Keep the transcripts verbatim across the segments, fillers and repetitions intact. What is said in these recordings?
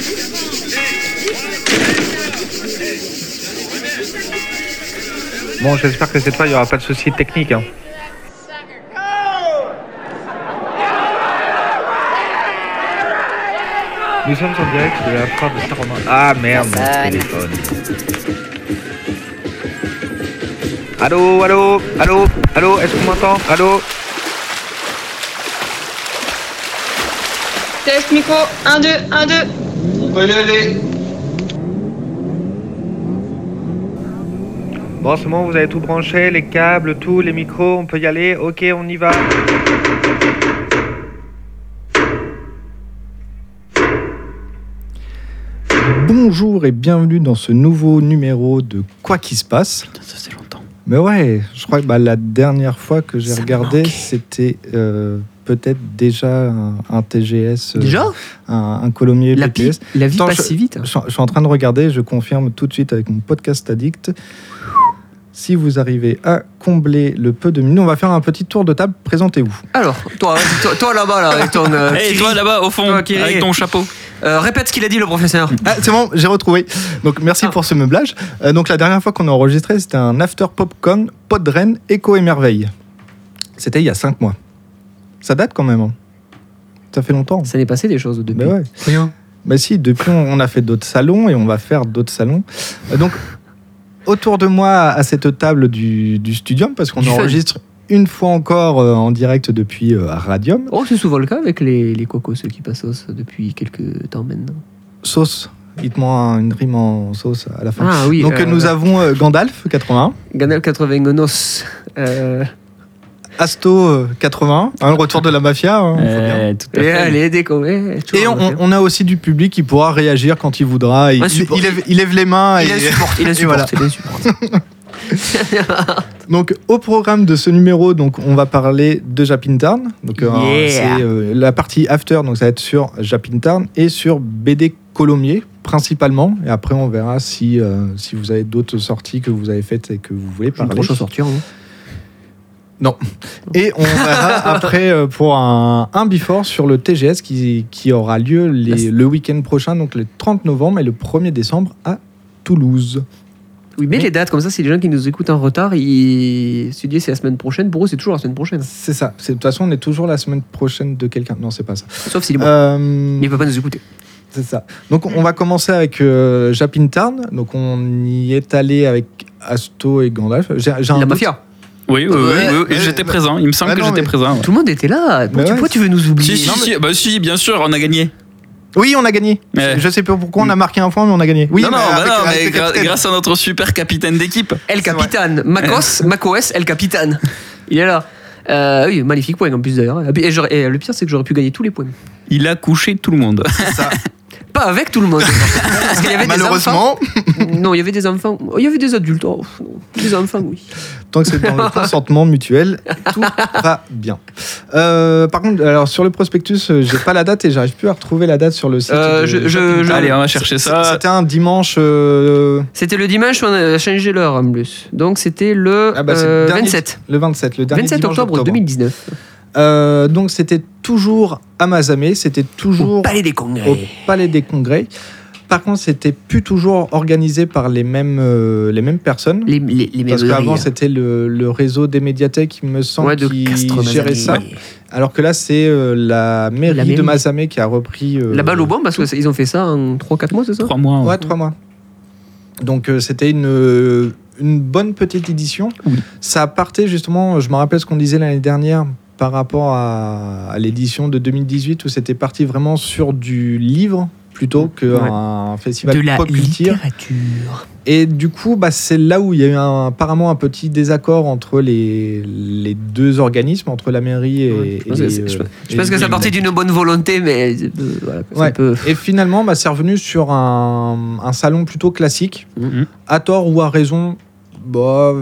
Bon, j'espère que cette fois, il n'y aura pas de soucis techniques. Hein. Nous sommes en direct de la frappe de Saint-Romain. Ah merde, mon téléphone. Allô, allô, allô, allô, est-ce qu'on m'entend? Allô? Test micro, un, deux, un, deux. On peut y aller. Bon, c'est bon, vous avez tout branché, les câbles, tout, les micros, on peut y aller. Ok, on y va. Bonjour et bienvenue dans ce nouveau numéro de Quoi qu'il se passe. Putain, ça fait longtemps. Mais ouais, je crois que bah, la dernière fois que j'ai Ça regardé, manquait. c'était euh, peut-être déjà un, un T G S. Euh, Déjà un, un Colomiers la, P T pi- S. la vie Attends, passe je- si vite. Je, suis- je suis en train de regarder, je confirme tout de suite avec mon podcast addict. Si vous arrivez à combler le peu de minutes, on va faire un petit tour de table. Présentez-vous. Alors, toi, toi, toi là-bas, là, avec ton. Euh, Hey, Kiri. toi là-bas au fond, Toi, Kiri. avec ton chapeau. Euh, répète ce qu'il a dit, le professeur. Ah, c'est bon, j'ai retrouvé. Donc merci Ah. pour ce meublage. Euh, donc la dernière fois qu'on a enregistré, c'était un after popcorn, Podren, Écho et Merveille. C'était il y a cinq mois. Ça date quand même. Hein. Ça fait longtemps. Ça n'est passé des choses depuis. Mais ouais. Rien. Bah si, depuis on on a fait d'autres salons et on va faire d'autres salons. Euh, donc autour de moi à cette table du, du Studium, parce qu'on Du fun. enregistre une fois encore euh, en direct depuis euh, Radium. Oh, c'est souvent le cas avec les, les cocos, ceux qui passent depuis quelques temps maintenant. Sauce. Dites-moi une rime en sauce à la fin. Ah oui. Donc euh, nous avons euh, Gandalf quatre-vingt-un. Ganal quatre-vingt-dix. Euh, Asto euh, quatre-vingts, hein, le retour de la mafia. Hein, faut bien. Euh, tout à et fait. allez, décoller. Et on, on a aussi du public qui pourra réagir quand il voudra. Il, Un il, support. il lève, il lève les mains. Il et, insupporte, il et insupporte, voilà. il insupporte. Donc au programme de ce numéro, donc on va parler de Japintown. Donc euh, Yeah. c'est euh, la partie after, donc ça va être sur Japintown et sur B D Colomiers principalement. Et après on verra si euh, si vous avez d'autres sorties que vous avez faites et que vous voulez J'ai parler. trop chaud sortir. Hein. Non. Et on verra après euh, pour un, un before sur le T G S qui, qui aura lieu les- le week-end prochain, donc le trente novembre et le premier décembre à Toulouse. Oui, mais les dates, comme ça, si les gens qui nous écoutent en retard, ils se disent c'est la semaine prochaine, pour eux c'est toujours la semaine prochaine. C'est ça. C'est- De toute façon, on est toujours la semaine prochaine de quelqu'un. Non, c'est pas ça. Sauf s'il est bon. Euh, Mais il peut pas nous écouter. c'est ça. Donc, on va commencer avec euh, Japintown. Donc, on y est allé avec Asto et Gandalf. J'ai, j'ai un La doute. mafia. Oui, oui, oui, Ouais, oui, oui, ouais, j'étais bah- présent. Il me semble bah que non, j'étais mais- présent. ouais. Tout le monde était là. Pourquoi, Mais tu, ouais. pourquoi tu veux nous oublier Si, si, Non, mais- si, bah si, bien sûr, on a gagné. Oui, on a gagné. Ouais. Je sais pas pourquoi on a marqué un point, mais on a gagné. Oui, non, non, mais bah avec- non, avec mais le gra- capitaine. grâce à notre super capitaine d'équipe. El Capitan. Macos, Macos, El Capitan. Il est là. Euh, oui, magnifique point en plus d'ailleurs. Et, j'aurais- et le pire, c'est que j'aurais pu gagner tous les points. Il a couché tout le monde. C'est ça. Pas avec tout le monde. Parce qu'il y avait des enfants. Malheureusement, Non, il y avait des enfants. Oh, il y avait des adultes. Oh, non. Des enfants, oui. tant que c'est dans le consentement mutuel, tout va bien. Euh, par contre, alors sur le prospectus, euh, j'ai pas la date et j'arrive plus à retrouver la date sur le site. Euh, de je- je- Japintown. je- Allez, on va chercher C'est- ça. C'était un dimanche. euh, C'était le dimanche, on a changé l'heure en plus. Donc c'était le Ah bah, c'est le euh, dernier- vingt-sept. Le vingt-sept, le dernier vingt-sept dimanche octobre d'octobre. deux mille dix-neuf. Euh, donc c'était toujours à Mazamet, c'était toujours Au Palais des au Congrès. Palais des Congrès. Par contre, c'était plus toujours organisé par les mêmes, euh, les mêmes personnes. Les, les, les Parce mêmes qu'avant, rires. c'était le, le réseau des médiathèques, il me semble, Ouais, de qui Castro gérait ça. Mazamet. Alors que là, c'est euh, la, mairie La mairie. de Mazamet qui a repris. euh, La balle au bon, parce qu'ils ont fait ça en trois quatre mois, c'est ça Trois mois. Ouais, trois mois. Donc euh, c'était une, euh, une bonne petite édition. Oui. Ça partait justement, je me rappelle ce qu'on disait l'année dernière par rapport à, à l'édition de deux mille dix-huit où c'était parti vraiment sur du livre plutôt qu'un festival De la pop culture. littérature. Et du coup, bah, c'est là où il y a eu un- apparemment un petit désaccord entre les, les deux organismes, entre la mairie et, Ouais, je et pense que les, c'est- je euh, Je pense et que les ça partait d'une bonne volonté, mais euh, voilà, c'est Ouais. un peu. Et finalement, bah, c'est revenu sur un, un salon plutôt classique. Mhm. À tort ou à raison, bah,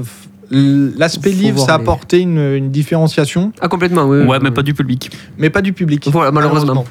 f- l'aspect Faut livre, voir ça a les- apporté une, une différenciation, Ah, complètement, oui. Ouais, mais pas du public. mais pas du public. Voilà, malheureusement.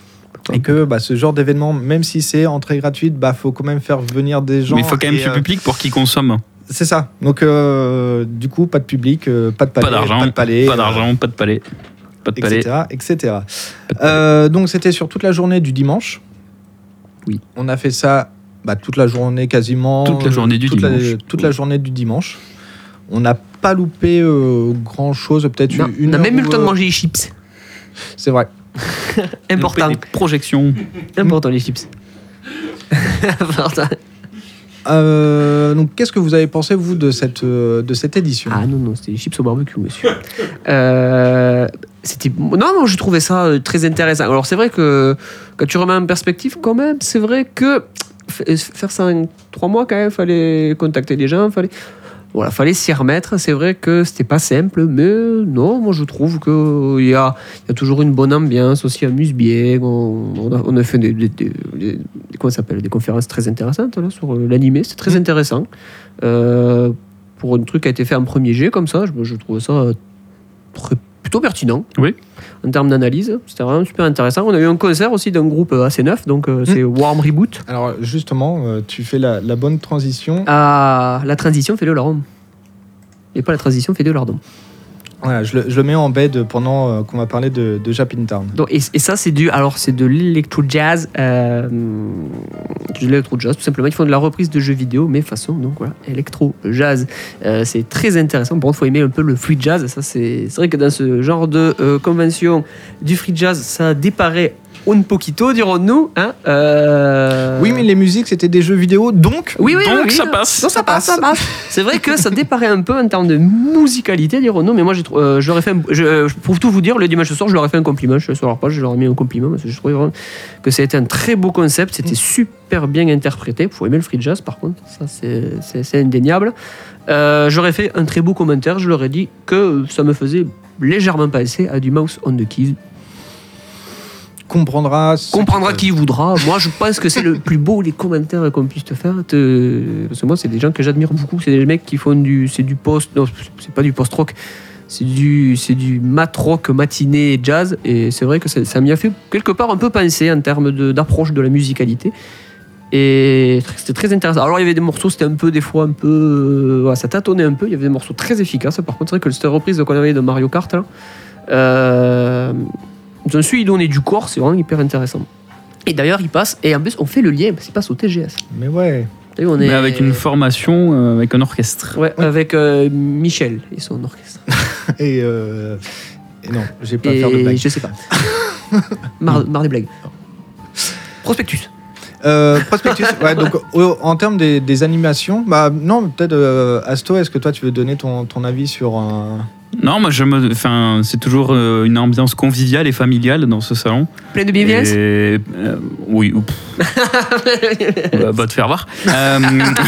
Et que bah, ce genre d'événement, même si c'est entrée gratuite, bah faut quand même faire venir des gens. Mais il faut quand même et, du euh, public pour qu'ils consomment. C'est ça. Donc, euh, du coup, pas de public, euh, pas de palais, Pas d'argent, pas de palais, Pas d'argent, pas de palais. Pas de et palais. cetera, et cetera. Pas de palais. Euh, donc, c'était sur toute la journée du dimanche. Oui. On a fait ça bah, toute la journée quasiment. Toute la journée du toute la- dimanche. toute la journée du dimanche. On n'a pas loupé euh, grand chose, peut-être Non, une on a heure même eu le ou, temps de euh, manger les chips. C'est vrai. Important. Des projections. Important les chips. Important. Euh, donc, qu'est-ce que vous avez pensé, vous, de cette, euh, de cette édition? Ah non, non, c'était des chips au barbecue, monsieur. euh, c'était... Non, non, je trouvais ça euh, très intéressant. Alors, c'est vrai que quand tu remets en perspective, quand même, c'est vrai que f- faire ça en trois mois, quand même, fallait contacter les gens, fallait... Voilà, fallait s'y remettre. C'est vrai que c'était pas simple, mais non, moi je trouve qu'il y a, il y a toujours une bonne ambiance, aussi amuse-bien. On, on, a, on a fait des, des, des, des- comment ça s'appelle, des conférences très intéressantes là, sur l'animé, c'est très intéressant. Euh, pour un truc qui a été fait en premier jet comme ça, je, je trouve ça très- plutôt pertinent. Oui. En termes d'analyse, c'était vraiment super intéressant. On a eu un concert aussi d'un groupe assez neuf, donc euh, c'est Warm Reboot. Alors, justement, euh, tu fais la, la bonne transition. Ah, la transition fait de l'ordre. Et pas la transition fait de l'ordre. Voilà, je le, je le mets en bed pendant euh, qu'on va parler de, de Japintown. Donc, et, et ça, c'est du. Alors, c'est de l'électro-jazz. Euh, de l'électro-jazz, tout simplement. Ils font de la reprise de jeux vidéo, mais façon, donc voilà, électro-jazz. Euh, c'est très intéressant. Par contre, il faut aimer un peu le free jazz. Ça, c'est, c'est vrai que dans ce genre de euh, convention du free jazz, ça déparait un poquito, dirons-nous. Hein euh... Oui, mais les musiques, c'était des jeux vidéo, donc... Oui, oui, Donc, oui, oui. ça passe. Donc, ça passe, ça passe. C'est vrai que ça déparait un peu en termes de musicalité, dirons-nous, mais moi, j'ai trou- euh, je leur ai fait un- je, euh, pour tout vous dire, le dimanche soir, je leur ai fait un compliment. Je suis sur leur page, je leur ai mis un compliment parce que je trouvais vraiment que c'était un très beau concept. C'était super bien interprété. Il faut aimer le free jazz, par contre, ça, c'est, c'est, c'est indéniable. Euh, j'aurais fait un très beau commentaire. Je leur ai dit que ça me faisait légèrement penser à du Mouse on the Keys. Comprendra... ce Comprendra que- qui voudra. Moi, je pense que c'est le plus beau les commentaires qu'on puisse te faire. Te... Parce que moi, c'est des gens que j'admire beaucoup. C'est des mecs qui font du, c'est du post. Non, c'est pas du post-rock. C'est du, c'est du mat rock matiné jazz. Et c'est vrai que ça, ça m'y a fait quelque part un peu penser en termes de, d'approche de la musicalité. Et c'était très intéressant. Alors, il y avait des morceaux, c'était un peu, des fois, un peu. euh, voilà, ça tâtonnait un peu. Il y avait des morceaux très efficaces. Par contre, c'est vrai que cette reprise qu'on avait de Mario Kart, là. Euh, J'en suis donné du corps, c'est vraiment hyper intéressant. Et d'ailleurs, il passe, et en plus, on fait le lien, parce qu'il passe au T G S. Mais ouais. T'as vu, on Mais est... avec une formation, euh, avec un orchestre. Ouais, avec euh, Michel et son orchestre. Et, euh, et non, j'ai pas à Et faire de blague. je sais pas. marre, marre des blagues. Prospectus. Euh, Prospectus, ouais, donc au- en termes des, des animations, bah non, peut-être euh, Asto, est-ce que toi tu veux donner ton, ton avis sur un... Non, moi, je me, enfin, c'est toujours euh, une ambiance conviviale et familiale dans ce salon. Plein de bienveillance. Et, euh, oui, oups. bah, va te faire voir. Euh,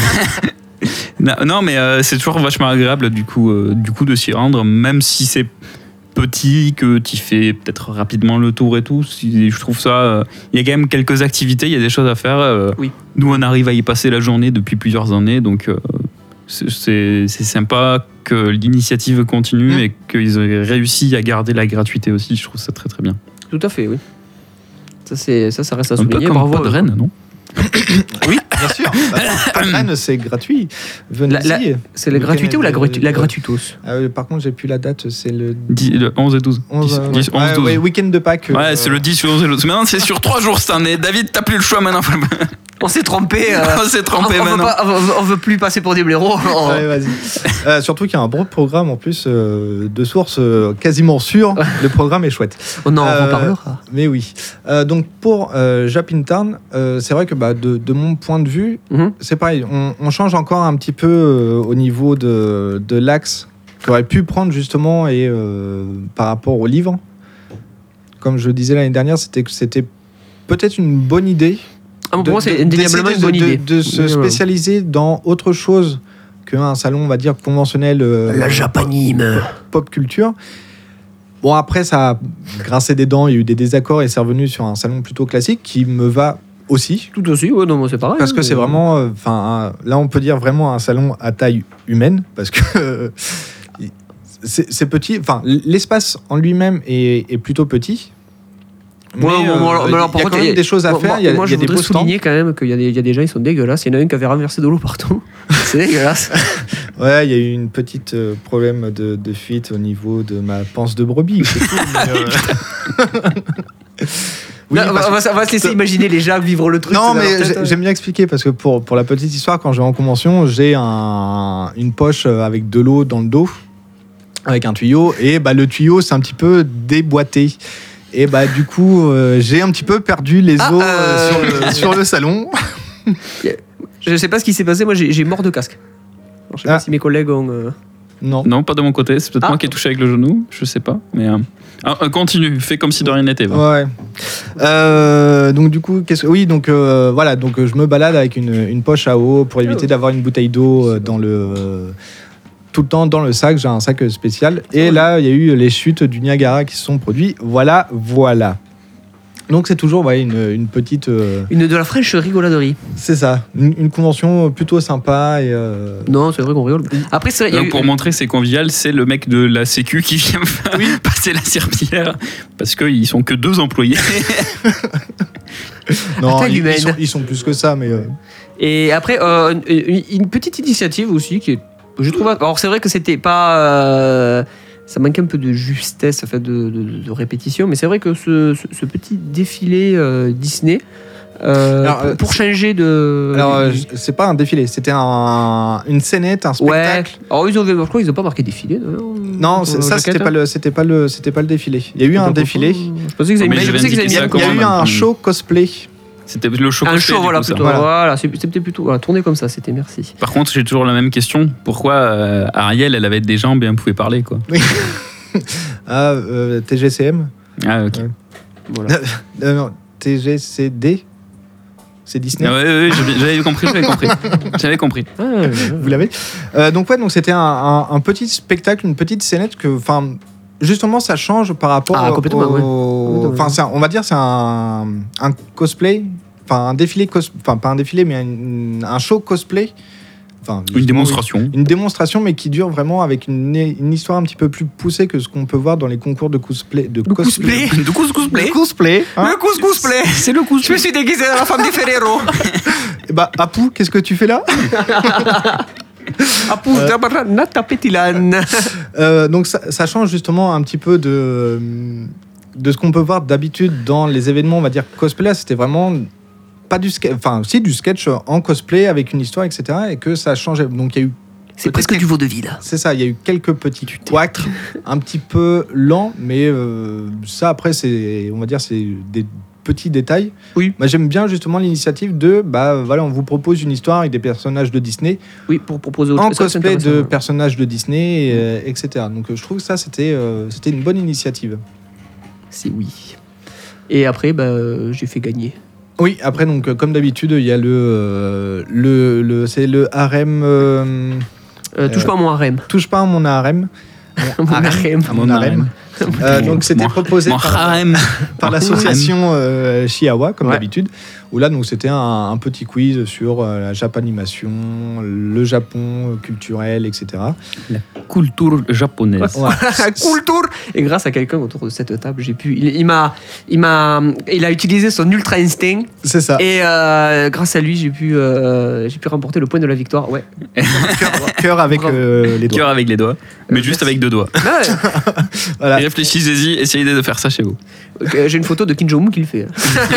non, non, mais euh, c'est toujours vachement agréable du coup, euh, du coup de s'y rendre, même si c'est petit, que tu fais peut-être rapidement le tour et tout. Si, je trouve ça. euh, Il y a quand même quelques activités, il y a des choses à faire. euh, Oui. Nous, on arrive à y passer la journée depuis plusieurs années, donc euh, c'est, c'est, c'est sympa que l'initiative continue Mmh. et qu'ils aient réussi à garder la gratuité aussi. Je trouve ça très très bien. Tout à fait, oui. Ça, c'est, ça, ça reste à Un peu souligner. comme Bravo. Podren, non? Oui, bien sûr. Patreon, c'est gratuit. Venez-y. La- la- C'est la Le gratuité ou la, Canada- gratu- la gratuitos Ah, euh, par contre, j'ai plus la date, c'est le dix, le onze et douze. onze, euh, dix, onze, ouais, douze. ouais, week-end de Pâques. Ouais, euh, c'est le dix, le onze et le douze. Maintenant, c'est sur trois jours cette année. David, t'as plus le choix maintenant. On s'est trompé. euh, On s'est trompé on, on veut maintenant. pas- on veut- on veut plus passer pour des blaireaux. On- Ouais, vas-y. Euh, surtout qu'il y a un bon programme en plus, euh, de sources euh, quasiment sûres. Le programme est chouette. On en Euh, reparlera. Mais oui. Euh, donc pour euh, Japintown, euh, c'est vrai que bah, de, de mon point de vue, Mhm. c'est pareil. On, on change encore un petit peu euh, au niveau de, de l'axe qu'aurait pu prendre justement et euh, par rapport au livre. Comme je le disais l'année dernière, c'était que c'était peut-être une bonne idée. Ah, bon, de- pour moi, c'est de- indéniablement une d'essayer bonne de, de- idée. de se Oui, oui. spécialiser dans autre chose qu'un salon, on va dire, conventionnel euh, La japanime. pop culture. Bon, après, ça a grincé des dents, il y a eu des désaccords et c'est revenu sur un salon plutôt classique qui me va aussi. Tout aussi, ouais, non, moi, c'est pareil. Parce que hein, c'est mais- vraiment, euh, enfin, là, on peut dire vraiment un salon à taille humaine parce que euh, c'est c'est petit. Enfin, l'espace en lui-même est, est plutôt petit. Mais Ouais, euh, bon, bon, alors- il mais alors, y par a contre, quand même des choses à moi- faire. moi- Il y a, moi, il y je a des voudrais beaux stands. souligner quand même qu'il y a, des, il y a des gens, ils sont dégueulasses. Il y en a un qui avait renversé de l'eau partout. C'est dégueulasse. Ouais, il y a eu une petite euh, problème de, de fuite au niveau de ma panse de brebis. c'est tout, mais, euh, Oui, Non, on, parce va, on va- on va se laisser que- imaginer les gens vivre le truc. Non, dans leur mais tête. j'ai- j'aime bien expliquer parce que pour, pour la petite histoire, quand je vais en convention, j'ai un, une poche avec de l'eau dans le dos, avec un tuyau, et bah, le tuyau, c'est un petit peu déboîté. Et bah, du coup, euh, j'ai un petit peu perdu les Ah, os euh, euh, sur, le, sur le salon. Je sais pas ce qui s'est passé, moi j'ai j'ai mort de casque. Alors, je sais Ah. pas si mes collègues ont. euh, Non. Non, pas de mon côté. C'est peut-être Ah. moi qui ai touché avec le genou. Je sais pas. Mais euh, ah, euh, continue. Fais comme si de rien n'était. va. Ouais. Euh, donc du coup, qu'est-ce que- oui, donc euh, voilà, donc euh, je me balade avec une, une poche à eau pour éviter Ah, d'avoir une bouteille d'eau euh, dans le euh, tout le temps dans le sac. J'ai un sac euh, spécial. Et là, il y a eu les chutes du Niagara qui se sont produites. Voilà, voilà. Donc c'est toujours ouais, une, une petite, euh, Une de la fraîche rigoladerie. c'est ça, une, une convention plutôt sympa et euh, Non, c'est vrai qu'on rigole. Après, c'est vrai, il y a Donc, eu- pour montrer que c'est convivial, c'est le mec de la Sécu qui vient passer la serpillière parce qu'ils sont que deux employés. non, taille ils, humaine. ils sont, ils sont plus que ça, mais euh, Et après, euh, une, une petite initiative aussi qui est. Je trouve. Alors, c'est vrai que c'était pas. euh, ça manque un peu de justesse, en fait, de, de, de répétition, mais c'est vrai que ce, ce, ce petit défilé euh, Disney. euh, Alors, euh, pour changer de. alors euh, c'est pas un défilé, c'était un, une scénette, un ouais. spectacle. Alors, ils ont, je crois qu'ils n'ont pas marqué défilé. Non, Non, c'est- ça c'était pas le, c'était pas le, c'était pas le défilé. Il y a eu un défilé. Je pensais qu'ils avaient Mais mis, ils je avaient pensais qu'ils avaient indiqué mis ça un, Il y a eu Comment un même. show cosplay. C'était le show. un cosplay, show, du voilà, coup, ça. plutôt. Voilà. Voilà, c'est- c'était plutôt. Voilà, tourné comme ça, c'était merci. Par contre, j'ai toujours la même question. Pourquoi euh, Ariel, elle avait des jambes et elle pouvait parler, quoi? Ah, euh, T G C M. Ah, ok. Ouais. Voilà. Euh, non, T G C D. C'est Disney. Ah ouais, ouais, ouais, j'avais j'avais compris, j'avais compris. J'avais compris. Ah, ouais, ouais. Vous l'avez. Euh, donc ouais, donc c'était un, un- un petit spectacle, une petite scénette que, enfin, justement, ça change par rapport Ah, complètement, au. ouais. Enfin, Complètement. c'est un- on va dire c'est un, un cosplay, enfin un défilé cos, enfin pas un défilé, mais un, un show cosplay. Enfin, Une justement, démonstration. oui. Une démonstration, mais qui dure vraiment avec une, une histoire un petit peu plus poussée que ce qu'on peut voir dans les concours de cosplay. De Le cosplay. De couscous De cosplay. hein. Le couscous play. C'est le couscous. Je me suis déguisé dans la femme des Ferrero. Eh bah, Apu, qu'est-ce que tu fais là? Ah, putain, Nata Petilan. Euh, donc ça, ça change justement un petit peu de, de ce qu'on peut voir d'habitude dans les événements, on va dire cosplay. Là, c'était vraiment pas du sketch, enfin si du sketch en cosplay avec une histoire, et cetera. Et que ça changeait. Donc il y a eu, C'est presque du vaudeville. c'est ça, il y a eu quelques petits couacs, un petit peu lents, mais euh, ça après c'est, on va dire c'est des petits détails. Oui. Moi j'aime bien justement l'initiative de, bah voilà, on vous propose une histoire avec des personnages de Disney. Oui, pour proposer autre En chose. c'est cosplay de intéressant. personnages de Disney, euh, et cetera. Donc euh, je trouve que ça, c'était euh, c'était une bonne initiative. C'est oui. Et après, bah, euh, j'ai fait gagner. Oui, après, donc, euh, comme d'habitude, il y a le. euh, le, le c'est le harem. euh, Euh, touche Euh, pas à mon harem. touche pas à mon harem. Mon harem. À mon harem. Euh, donc c'était Mon- proposé Mon par, harem. par l'association euh, Chihuahua, comme Ouais. d'habitude. Où là, donc c'était un, un petit quiz sur euh, la japanimation, le Japon euh, culturel, et cetera. Culture japonaise. Voilà. Cool tour. Et grâce à quelqu'un autour de cette table, j'ai pu. Il, il m'a, il m'a, il a utilisé son ultra instinct C'est ça. et euh, grâce à lui, j'ai pu, euh, j'ai pu remporter le point de la victoire. Ouais. Cœur, cœur avec Bravo. euh, les doigts. Cœur avec les doigts, mais Euh, juste merci. avec deux doigts. Ah ouais. Voilà. Et réfléchissez-y, essayez de faire ça chez vous. Ok, j'ai une photo de Kim Jong-un qui le fait.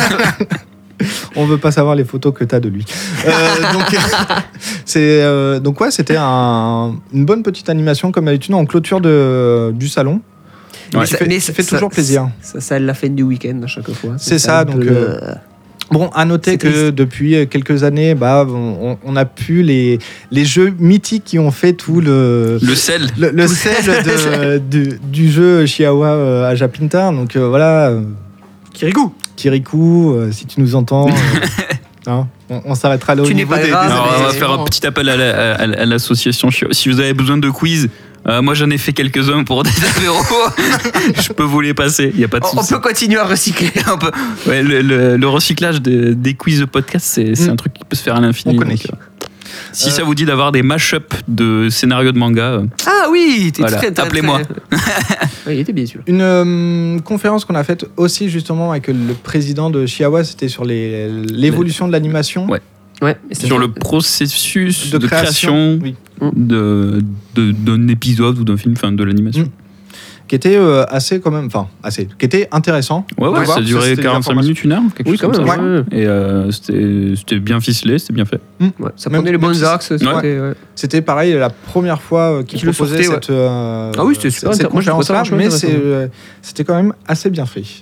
On veut pas savoir les photos que tu as de lui. Euh, donc, c'est, euh, donc ouais, c'était un- une bonne petite animation comme d'habitude en clôture de, du salon. Ouais. Qui fait, qui fait ça- toujours plaisir. Ça, ça la fin du week-end à chaque fois. C'est ça, un donc, peu, euh, Bon, à noter C'est que triste. depuis quelques années, bah, on, on a pu les, les jeux mythiques qui ont fait tout le, Le sel. le, le sel de- du, du jeu Chihuahua euh, à Japintar. Donc euh, voilà, euh, Kirikou. Kirikou, euh, si tu nous entends, euh, hein, on, on s'arrêtera là au Tu n'es niveau pas des, grave, des Alors, on va mais- faire un petit appel à la- à- à l'association. Si vous avez besoin de quiz, euh, moi j'en ai fait quelques-uns pour des apéros. Je peux vous les passer, il n'y a pas de On, on souci. peut continuer à recycler. On peut- ouais, le, le- le recyclage de- des quiz de podcast, c'est c'est Mm. un truc qui peut se faire à l'infini. On connaît. donc, euh, si Euh, ça vous dit d'avoir des mash-up de scénarios de manga, euh, Ah oui, t'es Voilà, très, très, appelez-moi. très- Ouais, il était bien sûr. Une euh, conférence qu'on a faite aussi justement avec le président de Chihuahua, c'était sur les- l'évolution de l'animation. Ouais. Ouais, mais c'est sur ça. le processus De de, création, création, oui. de- de- d'un épisode ou d'un film, enfin de l'animation. Mm. qui était euh, assez quand même, enfin assez, qui était intéressant. Ouais, ouais, de voir, ça durait c'était quarante-cinq l'information. minutes, une heure, quelque Oui, chose quand comme ça. même. Ouais. Et euh, c'était c'était bien ficelé, c'était bien fait. Ouais, ça Même- prenait les même bons si- axes. C'était, ouais. C'était pareil la première fois euh, qu'ils Qu'ils le proposaient sortaient, cette, euh, Ah oui, c'était super cette intér- moi, je trouvais ça conférence-là, vachement mais intéressant. c'est, euh, c'était quand même assez bien fait.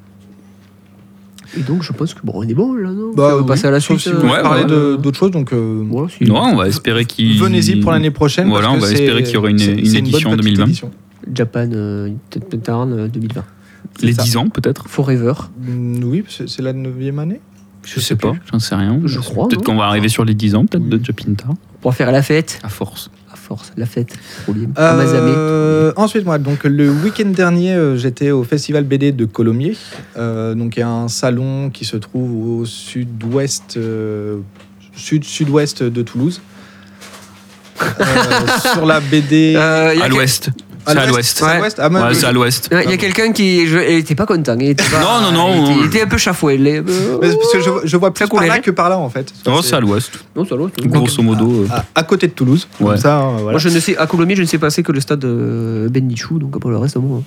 Et donc, je pense que bon, on est bon là, non Bah, On va oui. passer à la Sauf suite. si vous euh, voulez ouais, parler ouais. de- d'autres choses, donc euh, Voilà, si- Non, on va espérer qu'il. venez-y pour l'année prochaine. Voilà, parce on que va c'est- espérer qu'il y aura une- c'est- une c'est bonne édition petite deux mille vingt. édition. Japan euh, Tarn euh, deux mille vingt. Les ça. dix ans, peut-être. Forever. Mm, Oui, c'est c'est la neuvième année. Je sais pas, j'en sais rien. Je crois, Peut-être non qu'on va arriver sur les dix ans, peut-être, Oui. de Japinta, Pour faire la fête. à force. À force, la fête. Trop bien. À Mazamet. Euh, ensuite, moi, donc le week-end dernier, euh, j'étais au festival B D de Colomiers. Euh, donc, il y a un salon qui se trouve au sud-ouest, euh, sud-sud-ouest de Toulouse. Euh, sur la B D. Euh, y a À quel- l'ouest. C'est à l'ouest. C'est à Ouais. l'ouest. Ah, moi, Ouais, je- c'est à l'ouest. Il y a quelqu'un qui je, il était pas content. Il était pas- Non, non, non, Il était, non. il était un peu chafoué. Il est- Mais c'est parce que je, je vois plus Ça par là coulerait. que par là, en fait. Non, C'est c'est à l'ouest. Non, c'est à l'autre. Grosso modo. euh, à, à côté de Toulouse. Comme Ouais. ça, hein, voilà. Moi, je ne sais, à Colomiers, je ne sais passer que le stade euh, Ben Nichou, donc pour le reste, moi.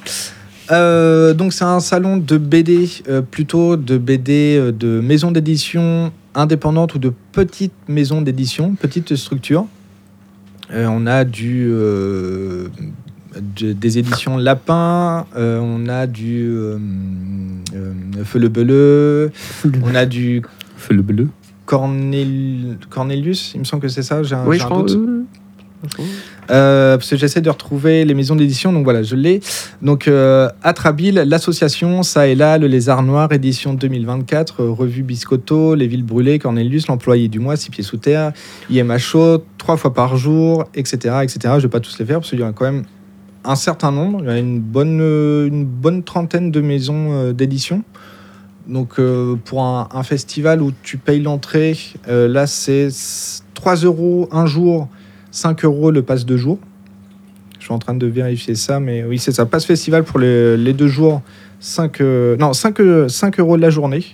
Euh, donc c'est un salon de B D, euh, plutôt de B D euh, de maisons d'édition indépendantes ou de petites maisons d'édition, petites structures. Euh, on a du, euh, de- des éditions Lapin, euh, on a du euh, euh, Feu le Beleu, on a du Feu le bleu. Cornel- Cornelius, il me semble que c'est ça, j'ai un, Oui, j'ai je un crois. doute. euh, je crois. Euh, parce que j'essaie de retrouver les maisons d'édition, donc voilà, je l'ai. Donc, euh, Atrabil, l'association, ça et là, le Lézard Noir, édition deux mille vingt-quatre, euh, revue Biscotto, Les Villes Brûlées, Cornelius, l'employé du mois, Six Pieds Sous Terre, I M H O, trois fois par jour, et cetera, et cetera. Je ne vais pas tous les faire parce qu'il y en a quand même un certain nombre. Il y a une bonne, euh, une bonne trentaine de maisons euh, d'édition. Donc, euh, pour un, un festival où tu payes l'entrée, euh, là, c'est trois euros un jour. cinq euros le pass de jour. Je suis en train de vérifier ça, mais oui, c'est ça. Pass festival pour les, les deux jours, cinq, euh, non, cinq, euh, cinq euros de la journée.